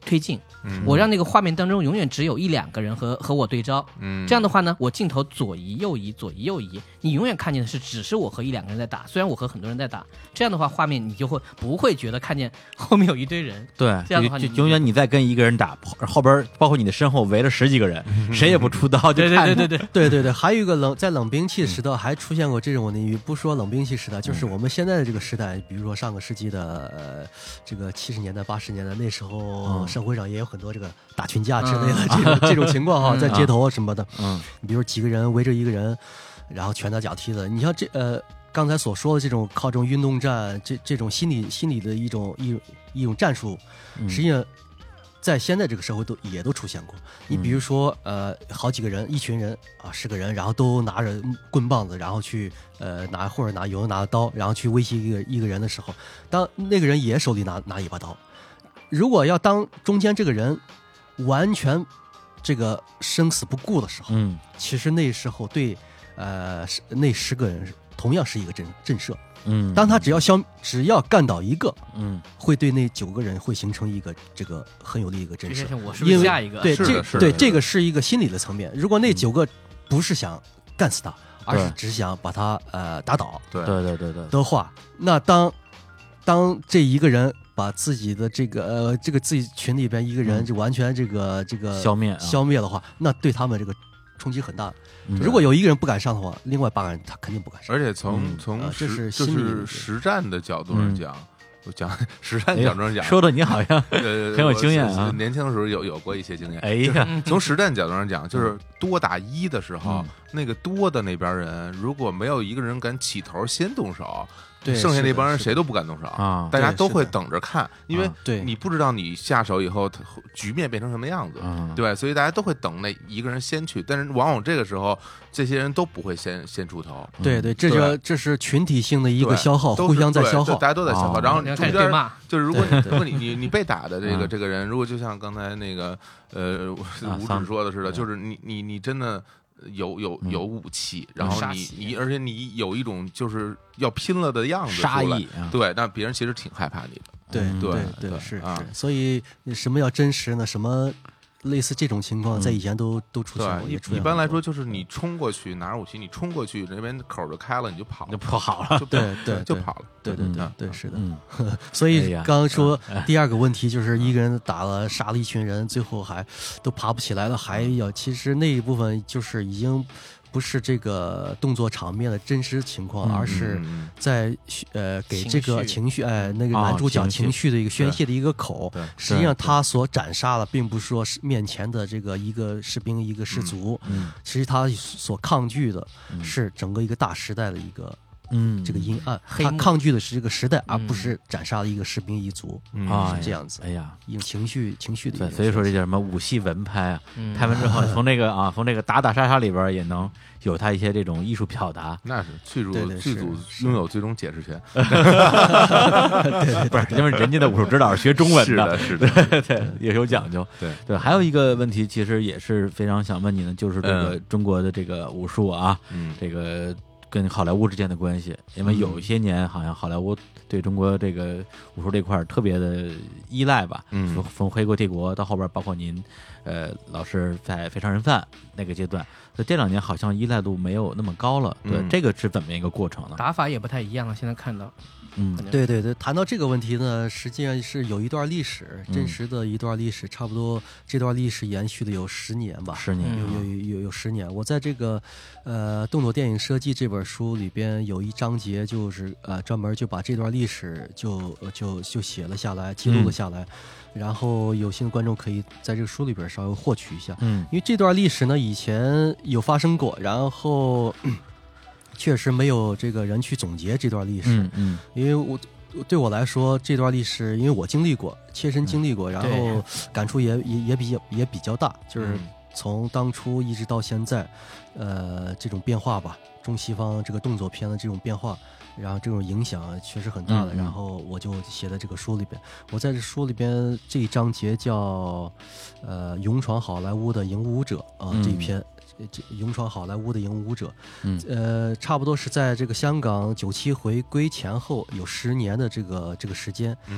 D: 推进，我让那个画面当中永远只有1-2个人和我对焦，这样的话呢，我镜头左移右移左移右移，你永远看见的是只是我和1-2个人在打，虽然我和很多人在打，这样的话画面你就会不会觉得看见后面有一堆人，
A: 对，
D: 这样的话
A: 就永远你在跟一个人打，后边包括你的身后围了10几个人，谁也不出刀，就看
C: 对，还有一个在冷兵器时代还出现过这种问题，不说冷兵器时代，就是我们现在的这个时代，比如说上个世纪的这个70年代80年代，那时候社会上也有很多这个打群架之类的这种情况哈，在街头什么的，比如几个人围着一个人，然后拳打脚踢的，你像刚才所说的这种靠这种运动战，这种心理的一种战术，实际上在现在这个社会也都出现过。你比如说好几个人，一群人啊10个人，然后都拿着棍棒子，然后去或者有人拿着刀，然后去威胁一个人的时候，当那个人也手里拿一把刀，如果要当中间这个人完全这个生死不顾的时候，其实那时候对那10个人同样是一个震慑。当他只要干倒一个，会对那9个人会形成一个这个很有利一个震慑。
D: 我是不是下一个？
C: 对，这个是一个心理的层面。如果那9个不是想干死他，而是只想把他打倒，
A: 对
C: 的话，那当这一个人把自己的这个自己群里边一个人就完全这个
A: 消灭
C: 的话，那对他们这个冲击很大。如果有一个人不敢上的话，另外8个人他肯定不敢上。
B: 而且从
C: 就是
B: 实战的角度上讲，我讲实战角度上讲，
A: 说的你好像很有经验啊。
B: 年轻的时候有过一些经验。
A: 哎呀，
B: 从实战角度上讲，就是多打1的时候，那个多的那边人如果没有一个人敢起头先动手，剩下那帮人谁都不敢动手啊！大家都会等着看，因为你不知道你下手以后局面变成什么样子，对，所以大家都会等那一个人先去，但是往往这个时候这些人都不会先出头。
C: 对，这是群体性的一个消耗，互相在消耗，
B: 大家都在消耗。然后中间就是如果你被打的这个人，如果就像刚才那个吴指说的似的，就是你真的。有武器，然后而且你有一种就是要拼了的样子，
A: 杀意，
B: 对，那别人其实挺害怕你的，
C: 对，是，所以什么叫真实呢？什么类似这种情况，在以前都出现过。
B: 一般来说，就是你冲过去拿着武器，你冲过去那边口就开了，你就跑，
A: 就跑好了，
B: 就跑了，
C: 对，是的。所以刚刚说第2个问题就是一个人杀了一群人，最后还都爬不起来了，其实那一部分就是已经不是这个动作场面的真实情况，而是在给这个情绪那个男主角情绪的一个宣泄的一个口。实际上他所斩杀的并不是说面前的这个一个士兵一个士族，其实他所抗拒的是整个一个大时代的一个这个阴暗，他抗拒的是这个时代，而不是斩杀了一个士兵一族是这样子。
A: 哎呀，
C: 有情绪的。
A: 对，所以说这叫什么武戏文拍啊？拍完之后，从这个打打杀杀里边也能有他一些这种艺术表达。
B: 那是剧组拥有最终解释权。
A: 不是因为人家的武术指导是学中文的，
B: 是的，
A: 对，也有讲究。对，还有一个问题，其实也是非常想问你的，就是这个中国的这个武术啊，这个。跟好莱坞之间的关系，因为有一些年好像好莱坞对中国这个武术这块特别的依赖吧，从黑国帝国到后边包括您老师在非常人贩那个阶段，所以这2年好像依赖度没有那么高了。对，这个是怎么一个过程呢？
D: 打法也不太一样了，现在看到。
C: 对，谈到这个问题呢，实际上是有一段历史，真实的一段历史，差不多这段历史延续了有10年吧，10年，有10年。我在这个动作电影设计这本书里边有一章节，就是专门就把这段历史就写了下来，记录了下来。然后有心的观众可以在这个书里边稍微获取一下，因为这段历史呢以前有发生过，然后确实没有这个人去总结这段历史，因为对我来说这段历史，因为我经历过，切身经历过，然后感触也比较大，就是从当初一直到现在，这种变化吧，中西方这个动作片的这种变化。然后这种影响确实很大的，然后我就写在这个书里边。我在这书里边这一章节叫勇闯好莱坞的影武者这一篇勇闯好莱坞的影武者，差不多是在这个香港97回归前后有10年的这个时间。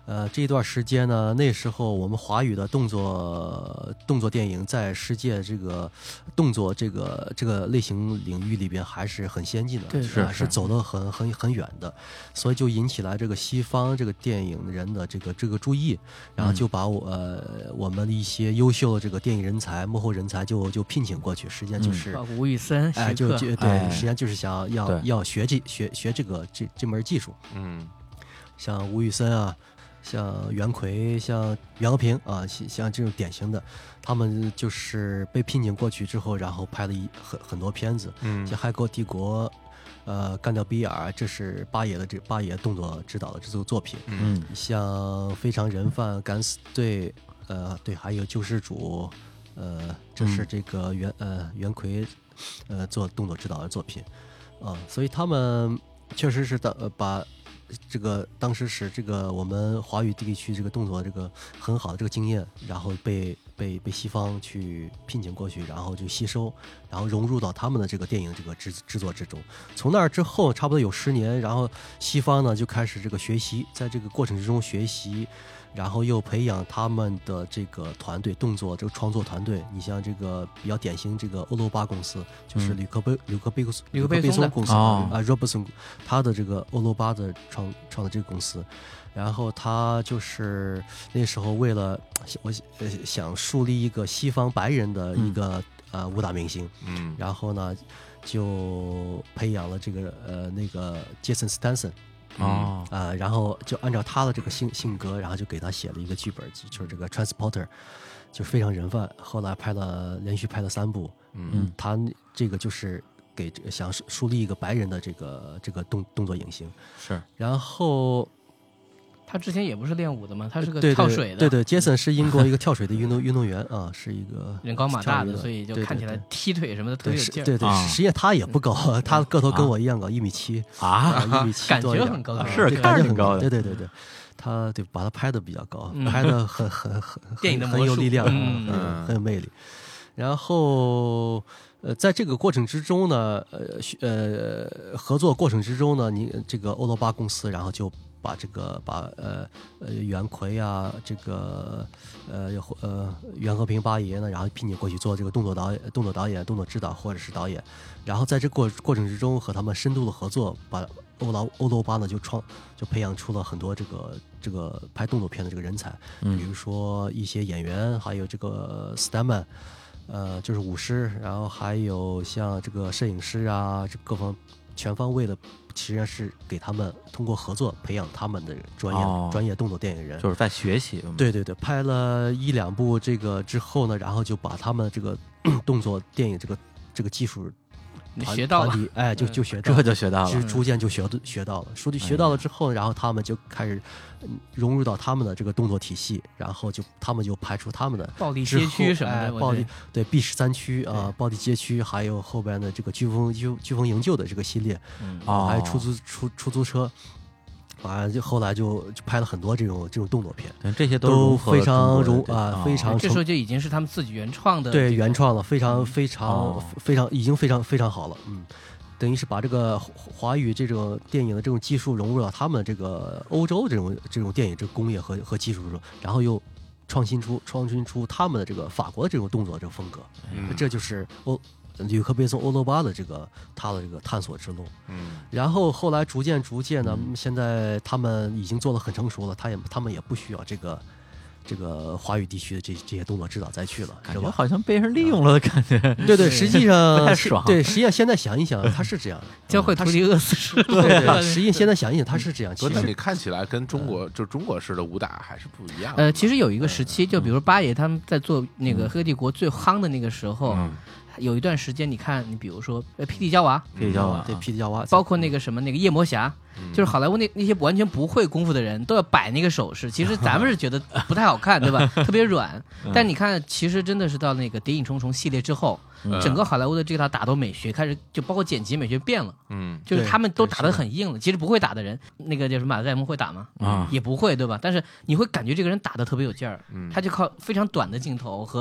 C: 这一段时间呢，那时候我们华语的动作电影在世界这个动作这个类型领域里边还是很先进的，
D: 对，
C: 是走得很远的，所以就引起来这个西方这个电影人的这个注意，然后就把我们的一些优秀的这个电影人才、幕后人才就聘请过去，实际上就是
D: 吴宇森，
C: 对，实际上就是想要学这门技术，像吴宇森啊。像袁奎、像袁和平啊，像这种典型的，他们就是被聘请过去之后，然后拍了很多片子，像《海狗帝国》、干掉比尔，这是八爷动作指导的这部作品，像《非常人贩》、《敢死队》，对，还有《救世主》，这是这个袁奎做动作指导的作品，所以他们确实是把。这个当时是这个我们华语地区这个动作这个很好的这个经验，然后被西方去聘请过去，然后就吸收，然后融入到他们的这个电影这个制作之中。从那儿之后，差不多有10年，然后西方呢就开始这个学习，在这个过程之中学习，然后又培养他们的这个团队动作这个创作团队。你像这个比较典型这个欧罗巴公司，就是吕克贝松公司Robertson 他的这个欧罗巴的创的这个公司。然后他就是那时候为了想树立一个西方白人的一个武打明星，然后呢就培养了这个那个杰森斯坦森。然后就按照他的这个性格，然后就给他写了一个剧本，就是这个 Transporter， 就是非常人贩。后来连续拍了3部，他这个就是给想树立一个白人的这个动作影星。
A: 是，
C: 然后
D: 他之前也不是练武的嘛，他是个跳水的。
C: 对，杰森是英国一个跳水的运动员啊，是一个
D: 人高马大的，所以就看起来踢腿什么的特别有劲儿。
C: 对，实际上他也不高，他个头跟我一样高，1.7米，1.7米，
D: 感觉很高，
A: 是看着很高的。
C: 对，他把他拍的比较高，拍的很
D: 电影的
C: 很有力量，很有魅力。然后在这个过程之中呢，合作过程之中呢，你这个欧罗巴公司，然后就把袁奎啊，这个袁和平八爷呢，然后聘请过去做这个动作导演、动作指导或者是导演，然后在这过程之中和他们深度的合作，把欧罗巴呢就培养出了很多这个拍动作片的这个人才，比如说一些演员，还有这个 stuntman，就是武师，然后还有像这个摄影师啊，这各方全方位的。实际上是给他们通过合作培养他们的专业动作电影人，
A: 就是在学习。
C: 对，拍了1-2部这个之后呢，然后就把他们这个动作电影这个技术
D: 学到了，
C: 就学到了，
A: 这就学到了，
C: 逐渐就学到了。学到了之后，然后他们就开始融入到他们的这个动作体系，然后他们就排出他们的
D: 暴力街区什么的，
C: 对 B13区啊，暴力街区，还有后边的这个飓风营救的这个系列，还有出租车。就后来就拍了很多这种动作片，
A: 这些
C: 都非常非常。
D: 这时候就已经是他们自己原创的，
C: 对原创了，非常已经非常好了。等于是把这个华语这种电影的这种技术融入到他们这个欧洲这种电影这个工业和技术中，然后又创新出他们的这个法国的这种动作这个风格。这就是吕克贝松欧罗巴的他的这个探索之路，然后后来逐渐呢，现在他们已经做得很成熟了，他们也不需要这个华语地区的这些动作指导再去了，
A: 感觉好像被人利用了的感觉。
C: 对，实际上
A: 不太爽。
C: 对，实际上现在想一想，他是这样的，
D: 教会徒弟饿死师。
C: 对，实际上现在想一想，他是这样。
B: 那你看起来跟中国式的武打还是不一样。
D: 其实有一个时期，就比如八爷他们在做那个《黑帝国》最夯的那个时候。有一段时间，你看，你比如说霹雳娇娃，
C: 对，霹雳娇娃，
D: 包括那个什么那个夜魔侠，就是好莱坞那些完全不会功夫的人都要摆那个手势，其实咱们是觉得不太好看，对吧？特别软。但你看，其实真的是到那个《谍影重重》系列之后，整个好莱坞的这套打斗美学开始，就包括剪辑美学变了。就是他们都打得很硬了。其实不会打的人，那个叫什么马特·戴蒙会打吗？也不会，对吧？但是你会感觉这个人打得特别有劲儿，他就靠非常短的镜头和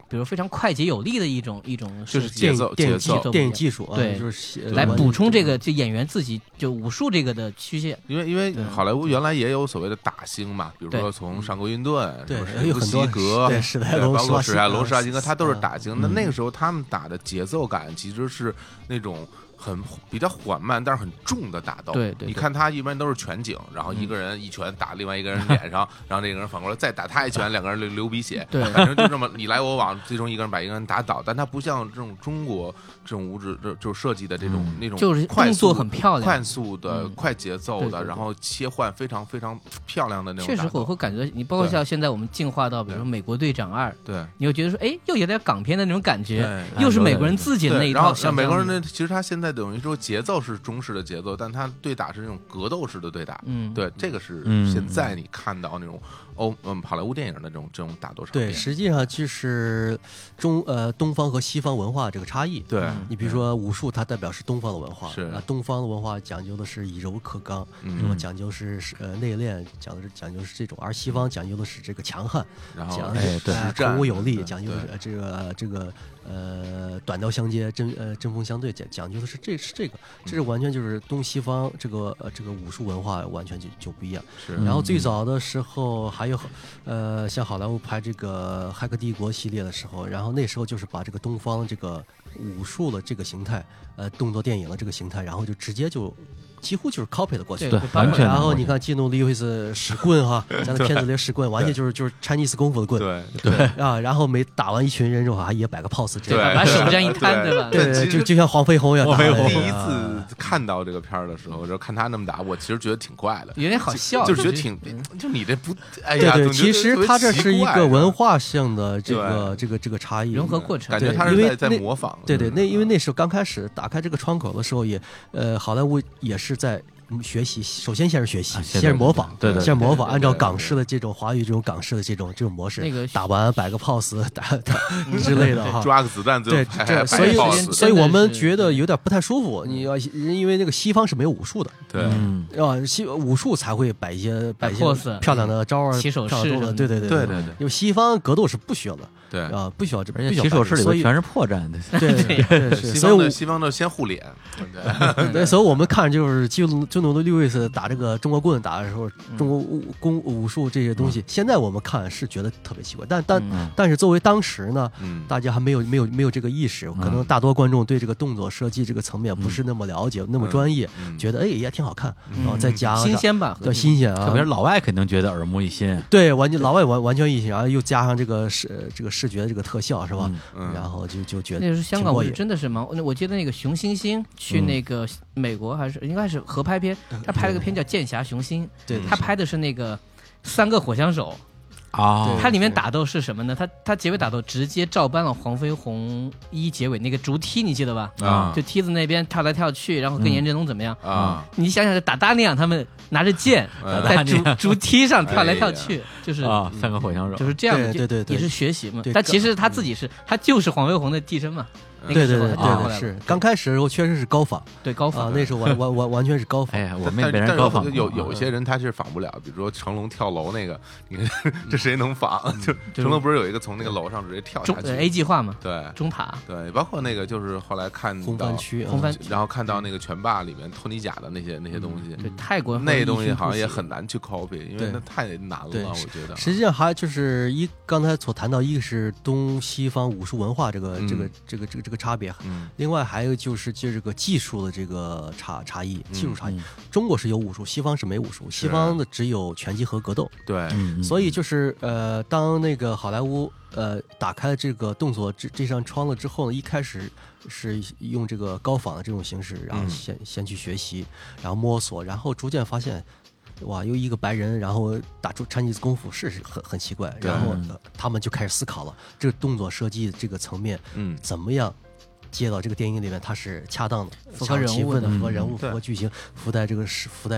D: 比如非常快捷有力的一种
B: 就是节奏
C: 电影技术，
D: 对，
C: 就是
D: 来补充这个就演员自己就武术这个的曲线。
B: 因为好莱坞原来也有所谓的大星嘛，比如说从上格云顿，
C: 对，
B: 有很多格，
C: 对，史泰龙，
B: 包括史泰龙、施瓦辛格，他都是大星。那个时候他们打的节奏感其实是那种比较缓慢，但是很重的打斗。
D: 对，
B: 你看他一般都是全景，然后一个人一拳打另外一个人脸上，然后这个人反过来再打他一拳，两个人流鼻血。
D: 对，
B: 反正就这么你来我往，最终一个人把一个人打倒。但他不像这种中国这种武指就设计的这种那种
D: 就是动作很漂亮、
B: 快速的、快节奏的，然后切换非常非常漂亮的那种。
D: 确实我会感觉你包括像现在我们进化到比如说《美国队长2》，
B: 对，
D: 你会觉得说哎，又有点港片的那种感觉，又是美国人自己的那一套。
B: 然后美国人呢，其实他现在等于说节奏是中式的节奏，但他对打是那种格斗式的对打。对，这个是现在你看到那种好莱坞电影的这种打斗场面。
C: 对，实际上就是东方和西方文化这个差异。
B: 对，
C: 你比如说武术，它代表是东方的文化，
B: 是
C: 东方的文化讲究的是以柔克刚，是吧？讲究是内敛，讲究是这种，而西方讲究的是这个强悍，
B: 然后
C: 讲究是孔武有力，讲究的是这个短刀相接，针锋相对，讲究的是这个，这是完全就是东西方这个武术文化完全就不一样。
B: 是，
C: 然后最早的时候还有像好莱坞拍这个《骇客帝国》系列的时候，然后那时候就是把这个东方这个武术的这个形态，动作电影的这个形态，然后就直接就几乎就是 copy 的过去，
D: 对，
A: 完全。
C: 然后你看基努里维斯使棍哈，在那片子里使棍，完全就是 Chinese 功夫的棍，
B: 对
C: 啊，然后每打完一群人之后，还也摆个 pose，
B: 对，
D: 把手这样一摊，对吧？
C: 对，就像黄飞鸿一样。
B: 第一次看到这个片儿的时候，就看他那么打，我其实觉得挺怪的，
D: 有点好笑，
B: 就是觉得就你这不，哎呀，
C: 对，其实他这是一个文化性的这个差异
D: 融合过程，
B: 感觉他是在模仿。
C: 对，因为那时候刚开始打开这个窗口的时候，也好莱坞也是在学习，首先先是学习，先是模仿，
A: 对，
C: 先是模仿，按照港式的这种华语这种港式的这种模式，打完摆个 pose 打之类的哈，
B: 抓个子弹，
C: 对，所以我们觉得有点不太舒服。你要因为那个西方是没有武术的，
B: 对，
C: 武术才会摆一些
D: pose
C: 漂亮的招儿，
D: 起手式的，
C: 对，因为西方格斗是不需要的。
B: 对
C: 啊，不需要这，
A: 而且起手式里边全是破绽的。
C: 对，所以
B: 西方的先护脸，
C: 对，所以我们看就是基努里维斯打这个中国棍打的时候，中国武术这些东西，现在我们看是觉得特别奇怪，但是作为当时呢，大家还没有这个意识，可能大多观众对这个动作设计这个层面不是那么了解，那么专业，觉得也挺好看，然后再加
D: 新鲜吧，
C: 对，新鲜啊，
A: 特别是老外肯定觉得耳目一新，
C: 对，老外完全一新，然后又加上这个视觉的这个特效是吧？然后就觉得
D: 那是香港，我真的是蛮，我记得那个熊欣欣去那个美国还是应该是合拍片，他拍了个片叫《剑侠雄心》，
C: 对，
D: 他拍的是那个3个火枪手。它里面打斗是什么呢？它结尾打斗直接照搬了黄飞鸿1结尾那个竹梯，你记得吧？就梯子那边跳来跳去，然后跟严振东怎么样啊？你想想，打大那样，他们拿着剑在竹梯上跳来跳去，就是
A: 3个火枪手，
C: 就是
D: 这样，对，也是学习嘛。但其实他自己他就是黄飞鸿的替身嘛。
C: 对，是刚开始的时候确实是高仿，
D: 对高仿，
C: 那时候完全是高仿。
A: 哎呀，我们也被人高仿。
B: 有一些人他是仿不了，比如说成龙跳楼那个，你看这谁能仿？就成龙不是有一个从那个楼上直接跳下去
D: A 计划嘛？
B: 对，
D: 中塔。
B: 对，包括那个就是后来看到
C: 红番区，
B: 然后看到那个拳霸里面托尼贾的那些东西，
D: 对泰国
B: 那东西好像也很难去 copy， 因为那太难了，我觉得。
C: 实际上还就是刚才所谈到，一个是东西方武术文化这个差别。另外还有就是这个技术的这个差异，技术差异。中国是有武术，西方是没武术，西方的只有拳击和格斗。
B: 对，
C: 所以就是当那个好莱坞打开了这个动作这扇窗了之后呢，一开始是用这个高仿的这种形式，然后先去学习，然后摸索，然后逐渐发现。哇，又一个白人，然后打出Chinese功夫是很奇怪，然后他们就开始思考了这个动作设计这个层面，怎么样接到这个电影里面它是恰当的、
D: 符合人物
C: 的、符合人物、符合剧情、符合这个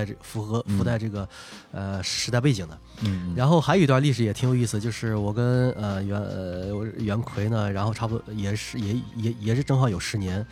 C: 时代背景的。然后还有一段历史也挺有意思，就是我跟袁奎呢，然后差不多也是正好有10年。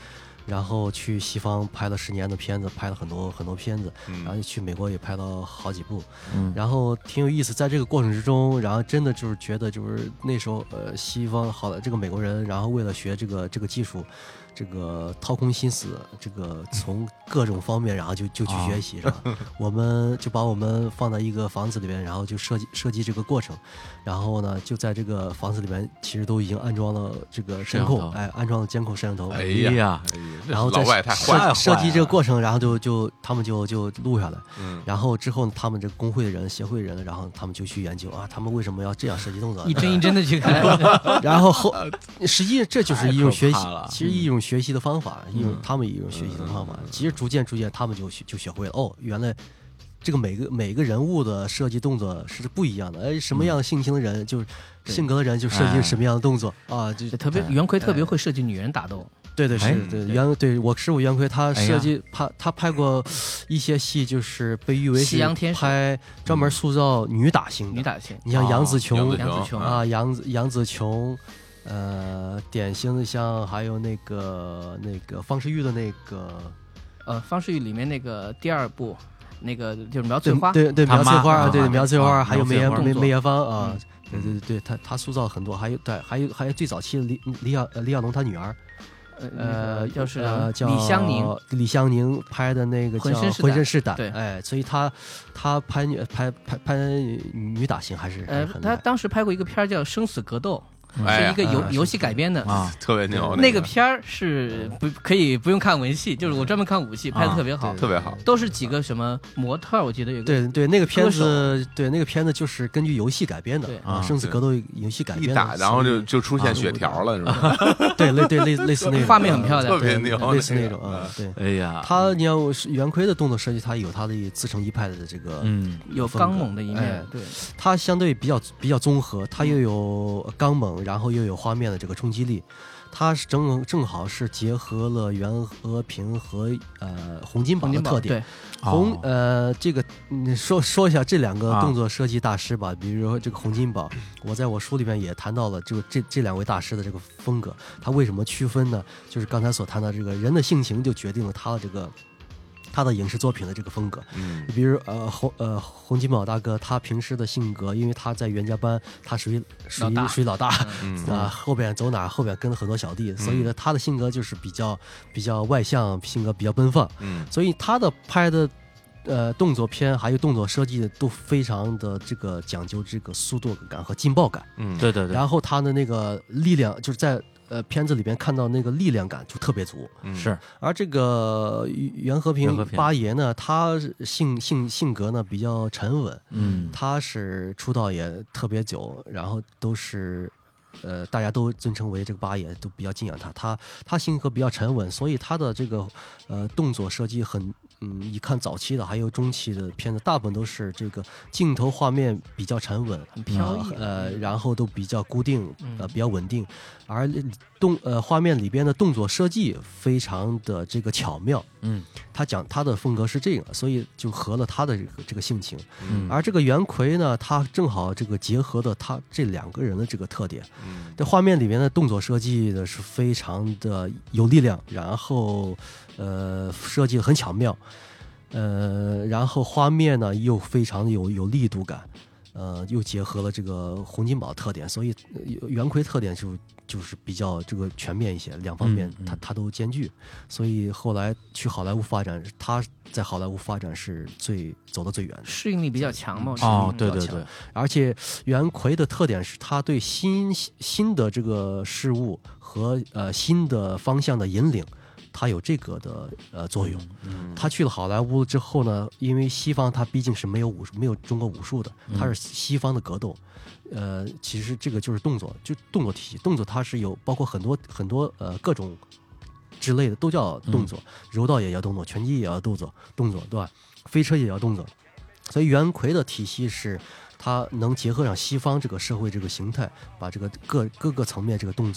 C: 然后去西方拍了10年的片子，拍了很多片子，然后去美国也拍了好几部，然后挺有意思。在这个过程之中，然后真的就是觉得就是那时候西方好的这个美国人，然后为了学这个技术。这个掏空心思，这个从各种方面，然后就去学习，是吧？我们就把我们放在一个房子里边，然后就设计这个过程，然后呢，就在这个房子里边，其实都已经安装了这个摄像头，安装了监控摄像头。
B: 哎呀，
C: 然后在
B: 老外太坏了，
C: 设计这个过程，然后他们就录下来，然后之后他们这个工会的人、协会人，然后他们就去研究啊，他们为什么要这样设计动作，
D: 一帧一帧的去看，
C: 然后实际这就是一种学习，其实一种学习的方法，他们一种学习的方法，其实逐渐他们就学会了。哦，原来这个每个人物的设计动作是不一样的。什么样性情的人，就是性格的人就设计什么样的动作啊，就
D: 特别袁奎特别会设计女人打斗。
C: 对，对我师傅袁奎，他设计他拍过一些戏，就是被誉为是拍专门塑造女打星。你像杨紫琼啊，杨紫琼。典型的像还有那个方世玉的那个，
D: 方世玉里面那个第2部，那个就是苗翠花，
C: 对苗翠花，对苗翠花，还有梅艳芳啊，对，他塑造很多，还有最早期的李小龙他女儿，
D: 就是
C: 叫
D: 李香
C: 凝拍的那个叫
D: 浑身是胆，
C: 对，哎，所以他拍女打星还是
D: 他当时拍过一个片叫《生死格斗》。是一个游戏改编的
B: 啊，特别牛。
D: 那个片儿是可以不用看文戏，就是我专门看武戏，拍的特别好，
B: 特别好。
D: 都是几个什么模特，我记得有个
C: 对那个片子就是根据游戏改编的啊，生死格斗游戏改编的，
B: 一打然后就出现血条了，是吧？
C: 对，类似那种，
D: 画面很漂亮，
B: 特别牛，
C: 类似那种啊。对，
A: 哎呀，
C: 你要袁奎的动作设计，他有他的自成一派的这个，
D: 有刚猛的一面，对，
C: 他相对比较综合，他又有刚猛。然后又有画面的这个冲击力，它是正好是结合了袁和平和洪金宝的特点。这个你说一下这2个动作设计大师吧，比如说这个洪金宝，我在我书里面也谈到了这2位大师的这个风格，他为什么区分呢？就是刚才所谈到这个人的性情就决定了他的影视作品的这个风格，比如洪金宝大哥，他平时的性格，因为他在袁家班，他属于老大，后边走哪后边跟了很多小弟，所以呢，他的性格就是比较外向，性格比较奔放，所以他的拍的动作片还有动作设计都非常的这个讲究这个速度感和劲爆感，
A: 对，
C: 然后他的那个力量就是在。片子里边看到那个力量感就特别足，
A: 是。
C: 而这个袁和平八爷呢，他性格呢比较沉稳，他是出道也特别久，然后都是大家都尊称为这个八爷，都比较敬仰他。他性格比较沉稳，所以他的这个动作设计很。一看早期的还有中期的片子，大部分都是这个镜头画面比较沉稳，
D: 很飘逸，
C: 然后都比较固定，比较稳定，而画面里边的动作设计非常的这个巧妙，他讲他的风格是这个，所以就合了他的这个性情，而这个袁奎呢，他正好这个结合了他这2个人的这个特点，这画面里面的动作设计的是非常的有力量，然后设计的很巧妙。然后画面呢又非常的有力度感，又结合了这个洪金宝特点，所以袁奎特点就是比较这个全面一些，2方面他都兼具，所以后来去好莱坞发展，他在好莱坞发展是走得最远的，
D: 适应力比较强嘛。
C: 对，而且袁奎的特点是他对新的这个事物和新的方向的引领。他有这个的作用，他去了好莱坞之后呢，因为西方他毕竟是没有中国武术的，他是西方的格斗，其实这个就是动作体系，动作它是有包括很多各种之类的都叫动作，柔道也要动作，拳击也要动作，对吧？飞车也要动作，所以袁奎的体系是。他能结合上西方这个社会这个形态，把这个各个层面这个动作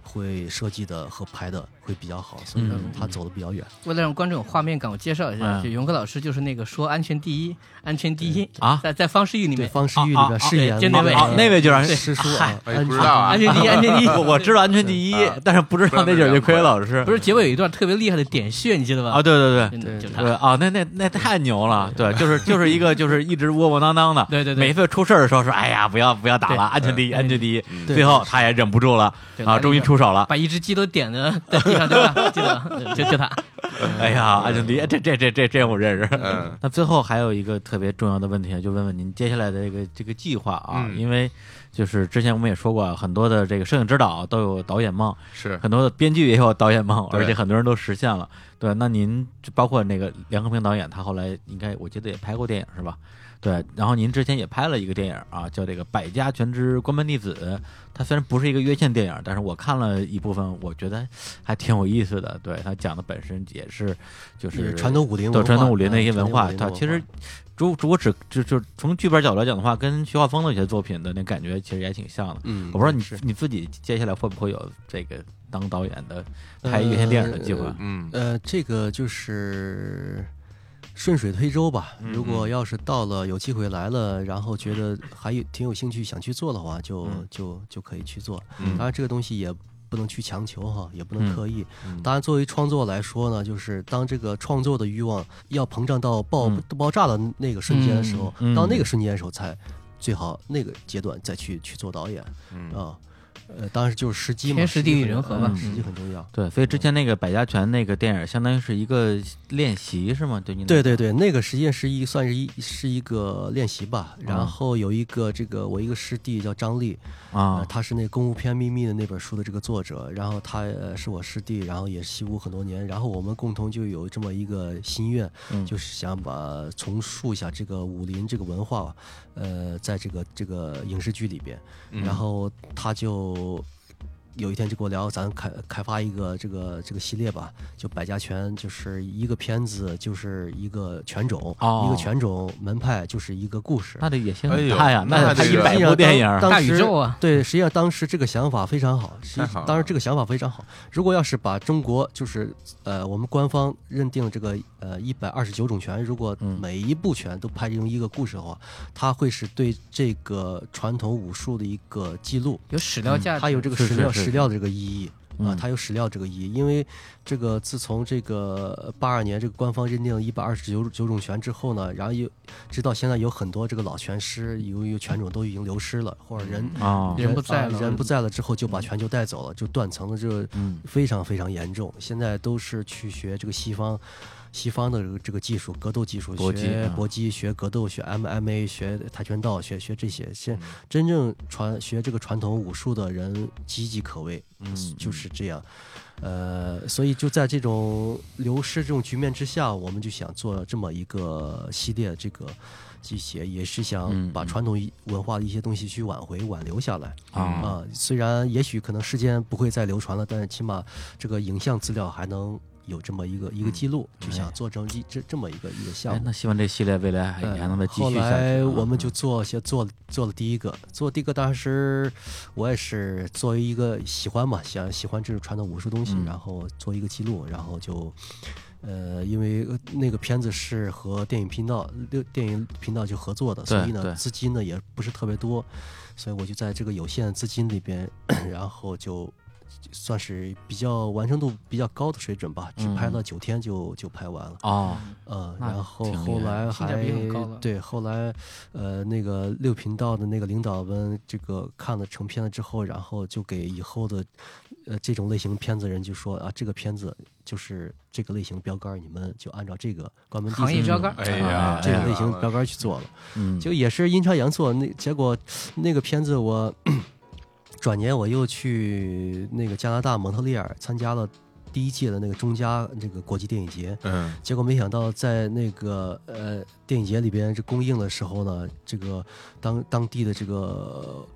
C: 会设计的和拍的会比较好，所以他走的比较远。
D: 为了让观众有画面感，我介绍一下，就勇哥老师就是那个说安全第一，安全第一啊，在方世玉里面，
C: 方世玉里边饰演
D: 就那位，
A: 那位就是
C: 师叔啊，
B: 不知道啊，
D: 安全第一，安全第一，
A: 我知道安全第一，但是不知道那就是岳奎老师。
D: 不是结尾有一段特别厉害的点穴，你记得吧？
A: 啊，对啊，那太牛了，对，就是一个就是一直窝窝囊囊的，
D: 对，
A: 每次出事的时候说，哎呀，不要打了，安全第一，安全第一，最后他也忍不住了啊，终于出手了，
D: 把一只鸡都点的在地上，对吧？记得就他。
A: 哎呀，安全第一，这我认识。那最后还有一个特别重要的问题，就问问您接下来的这个计划啊，因为就是之前我们也说过，很多的这个摄影指导都有导演梦，
B: 是
A: 很多的编剧也有导演梦，而且很多人都实现了。对，那您包括那个梁和平导演，他后来应该我记得也拍过电影是吧？对，然后您之前也拍了一个电影啊，叫这个《百家全之关门弟子》。它虽然不是一个院线电影，但是我看了一部分，我觉得还挺有意思的。对，它讲的本身也是就是
C: 传统武林
A: 的一些文化。它其实如果就从剧本角度来讲的话，跟徐浩峰的一些作品的那感觉其实也挺像的。我不知道你自己接下来会不会有这个当导演的拍院线电影的计划？
C: 这个就是顺水推舟吧。如果要是到了有机会来了，然后觉得还挺有兴趣想去做的话，就可以去做。当然这个东西也不能去强求哈，也不能刻意。当然作为创作来说呢，就是当这个创作的欲望要膨胀到爆炸的那个瞬间的时候，到那个瞬间的时候才最好那个阶段再去做导演啊。当然就是时机嘛，
D: 天时地利人和吧，
C: 时机很重要。
A: 对，所以之前那个百家拳那个电影，相当于是一个练习是吗？对，
C: 那个实际上算是一个练习吧。然后有一个我一个师弟叫张力啊，他是那《功夫片秘密》的那本书的这个作者，然后他是我师弟，然后也是习武很多年，然后我们共同就有这么一个心愿，就是想重塑一下这个武林这个文化，在这个影视剧里边，然后他就有一天就跟我聊，咱开发一个这个系列吧，就百家拳，就是一个片子就是一个拳种，一个拳种门派就是一个故事。
A: 那这野心很大呀，那拍100部电影，
D: 大宇宙啊！
C: 对，实际上当时这个想法非常好，当时这个想法非常好。如果要是把中国就是我们官方认定这个129种拳，如果每一部拳都拍成一个故事的话，它会是对这个传统武术的一个记录，
D: 有史料价值，
C: 它有这个史料的这个意义它有史料这个意义。因为这个自从这个82年这个官方认定129种拳之后呢，然后直到现在有很多这个老拳师由于拳种都已经流失了，或者人不在了之后就把拳就带走了，就断层了，这非常非常严重。现在都是去学这个西方的这个技术，格斗技术，学搏击，学格斗，学 MMA， 学跆拳道，学这些。真正学这个传统武术的人岌岌可危，就是这样。所以就在这种流失这种局面之下，我们就想做这么一个系列，这个机械也是想把传统文化的一些东西去挽留下来虽然也许可能时间不会再流传了，但是起码这个影像资料还能有这么一个记录，就想做成这么一个项目。
A: 那希望这系列未来还能再继续下去。
C: 后来我们就做了第一个，当时我也是作为一个喜欢这种传统武术东西，然后做一个记录，然后就因为那个片子是和电影频道就合作的，所以呢资金呢也不是特别多，所以我就在这个有限的资金里边，然后就算是比较完成度比较高的水准吧，只拍了9天就拍完了然后后来后来那个6频道的那个领导们这个看了成片了之后，然后就给以后的这种类型片子人就说这个片子就是这个类型标杆，你们就按照这个关门
D: 行业标杆
C: 这个类型标杆去做了就也是阴差阳错，结果那个片子我转年我又去那个加拿大蒙特利尔参加了第1届的那个中加这个国际电影节，结果没想到在那个电影节里边这公映的时候呢，这个当地的这个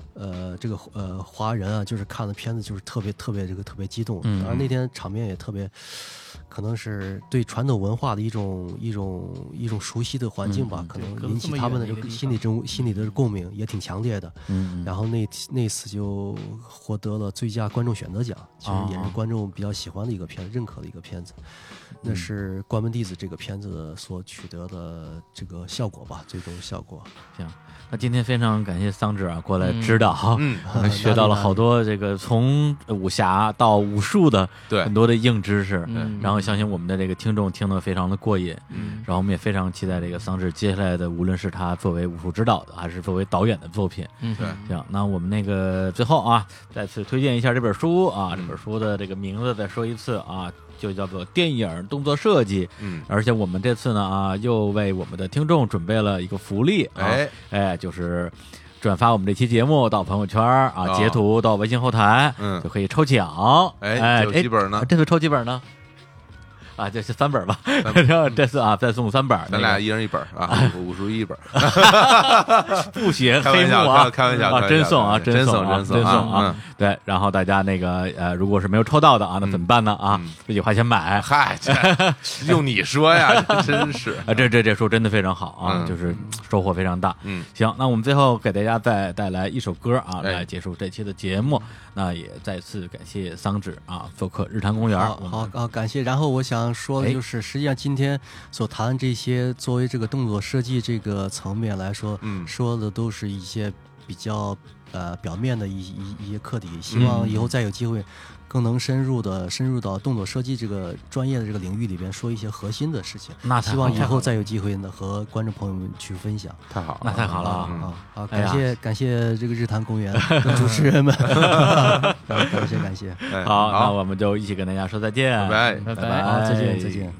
C: 这个华人啊，就是看的片子就是特别激动。当然那天场面也特别，可能是对传统文化的一种熟悉的环境吧，可能引起他们的这个心理的共鸣也挺强烈的。然后那次就获得了最佳观众选择奖，其实也是观众比较喜欢的一个片子，认可的一个片子。那是《关门弟子》这个片子所取得的这个效果吧，最终效果。
A: 行，那今天非常感谢桑稚过来指导，学到了好多这个从武侠到武术的很多的硬知识，然后相信我们的这个听众听得非常的过瘾，然后我们也非常期待这个桑稚接下来的，无论是他作为武术指导的，还是作为导演的作品。
B: 对，
A: 行，那我们那个最后啊，再次推荐一下这本书啊，这本书的这个名字再说一次啊。就叫做电影动作设计，而且我们这次呢又为我们的听众准备了一个福利，就是转发我们这期节目到朋友圈啊，截图到微信后台，就可以抽奖。
B: 有几本呢？
A: 这次抽几本呢？啊，这是3本吧，然后这次再送3本，
B: 咱俩一人1本武术1本，
A: 不写黑幕啊，
B: 开玩笑，
A: 真送啊，
B: 真送
A: 啊，对，然后大家那个如果是没有抽到的啊，那怎么办呢？自己花钱买，
B: 嗨，用你说呀，真是
A: 这书真的非常好啊，就是收获非常大。行，那我们最后给大家再带来一首歌啊，来结束这期的节目。那也再次感谢桑稚做客日坛公园。
C: 好，感谢。然后我想说的就是，实际上今天所谈这些，作为这个动作设计这个层面来说，说的都是一些比较表面的一些课题。希望以后再有机会，更能深入到动作设计这个专业的这个领域里边，说一些核心的事情。
A: 那
C: 希望以后再有机会呢，和观众朋友们去分享。
B: 太好了，
A: 那太好了
C: 好，感谢这个日坛公园的主持人们，感谢。
A: 好，那我们就一起跟大家说再见，
B: 拜
A: 拜，
C: 好，再见。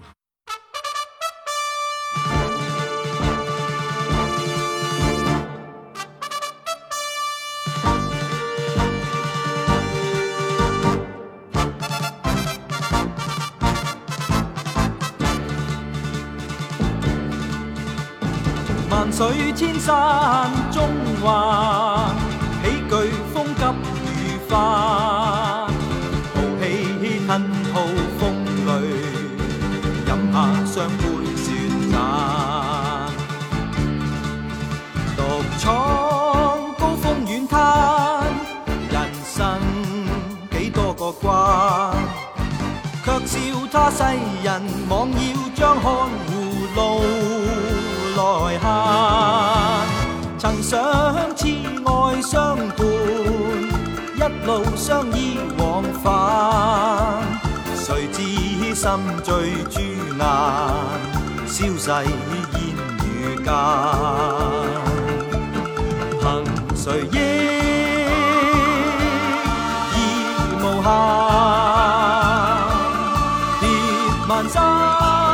E: 萬水千山中橫，喜劇風急雨花，豪氣吞吐風雷，飲下雙杯雪盞，獨闖高峰遠灘，人生幾多個關，卻笑他世人妄要將看護路來行，曾想痴愛相伴，一路相依往返，誰知心醉朱顏，消逝煙雨間，憑誰憶已無限，跌萬山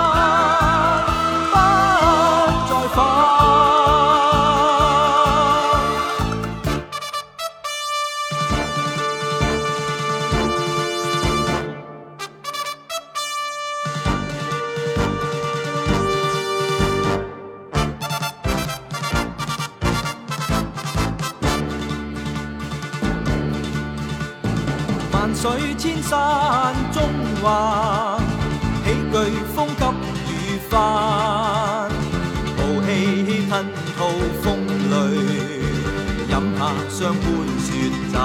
E: 水千山中橫，喜劇風急雨翻，豪氣吞吐風雷，飲下雙杯雪盞，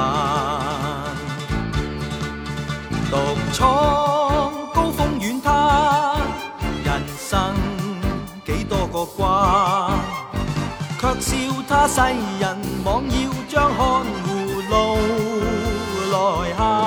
E: 獨闖高峰遠灘，人生幾多個關，卻笑他世人妄要將看護路來行。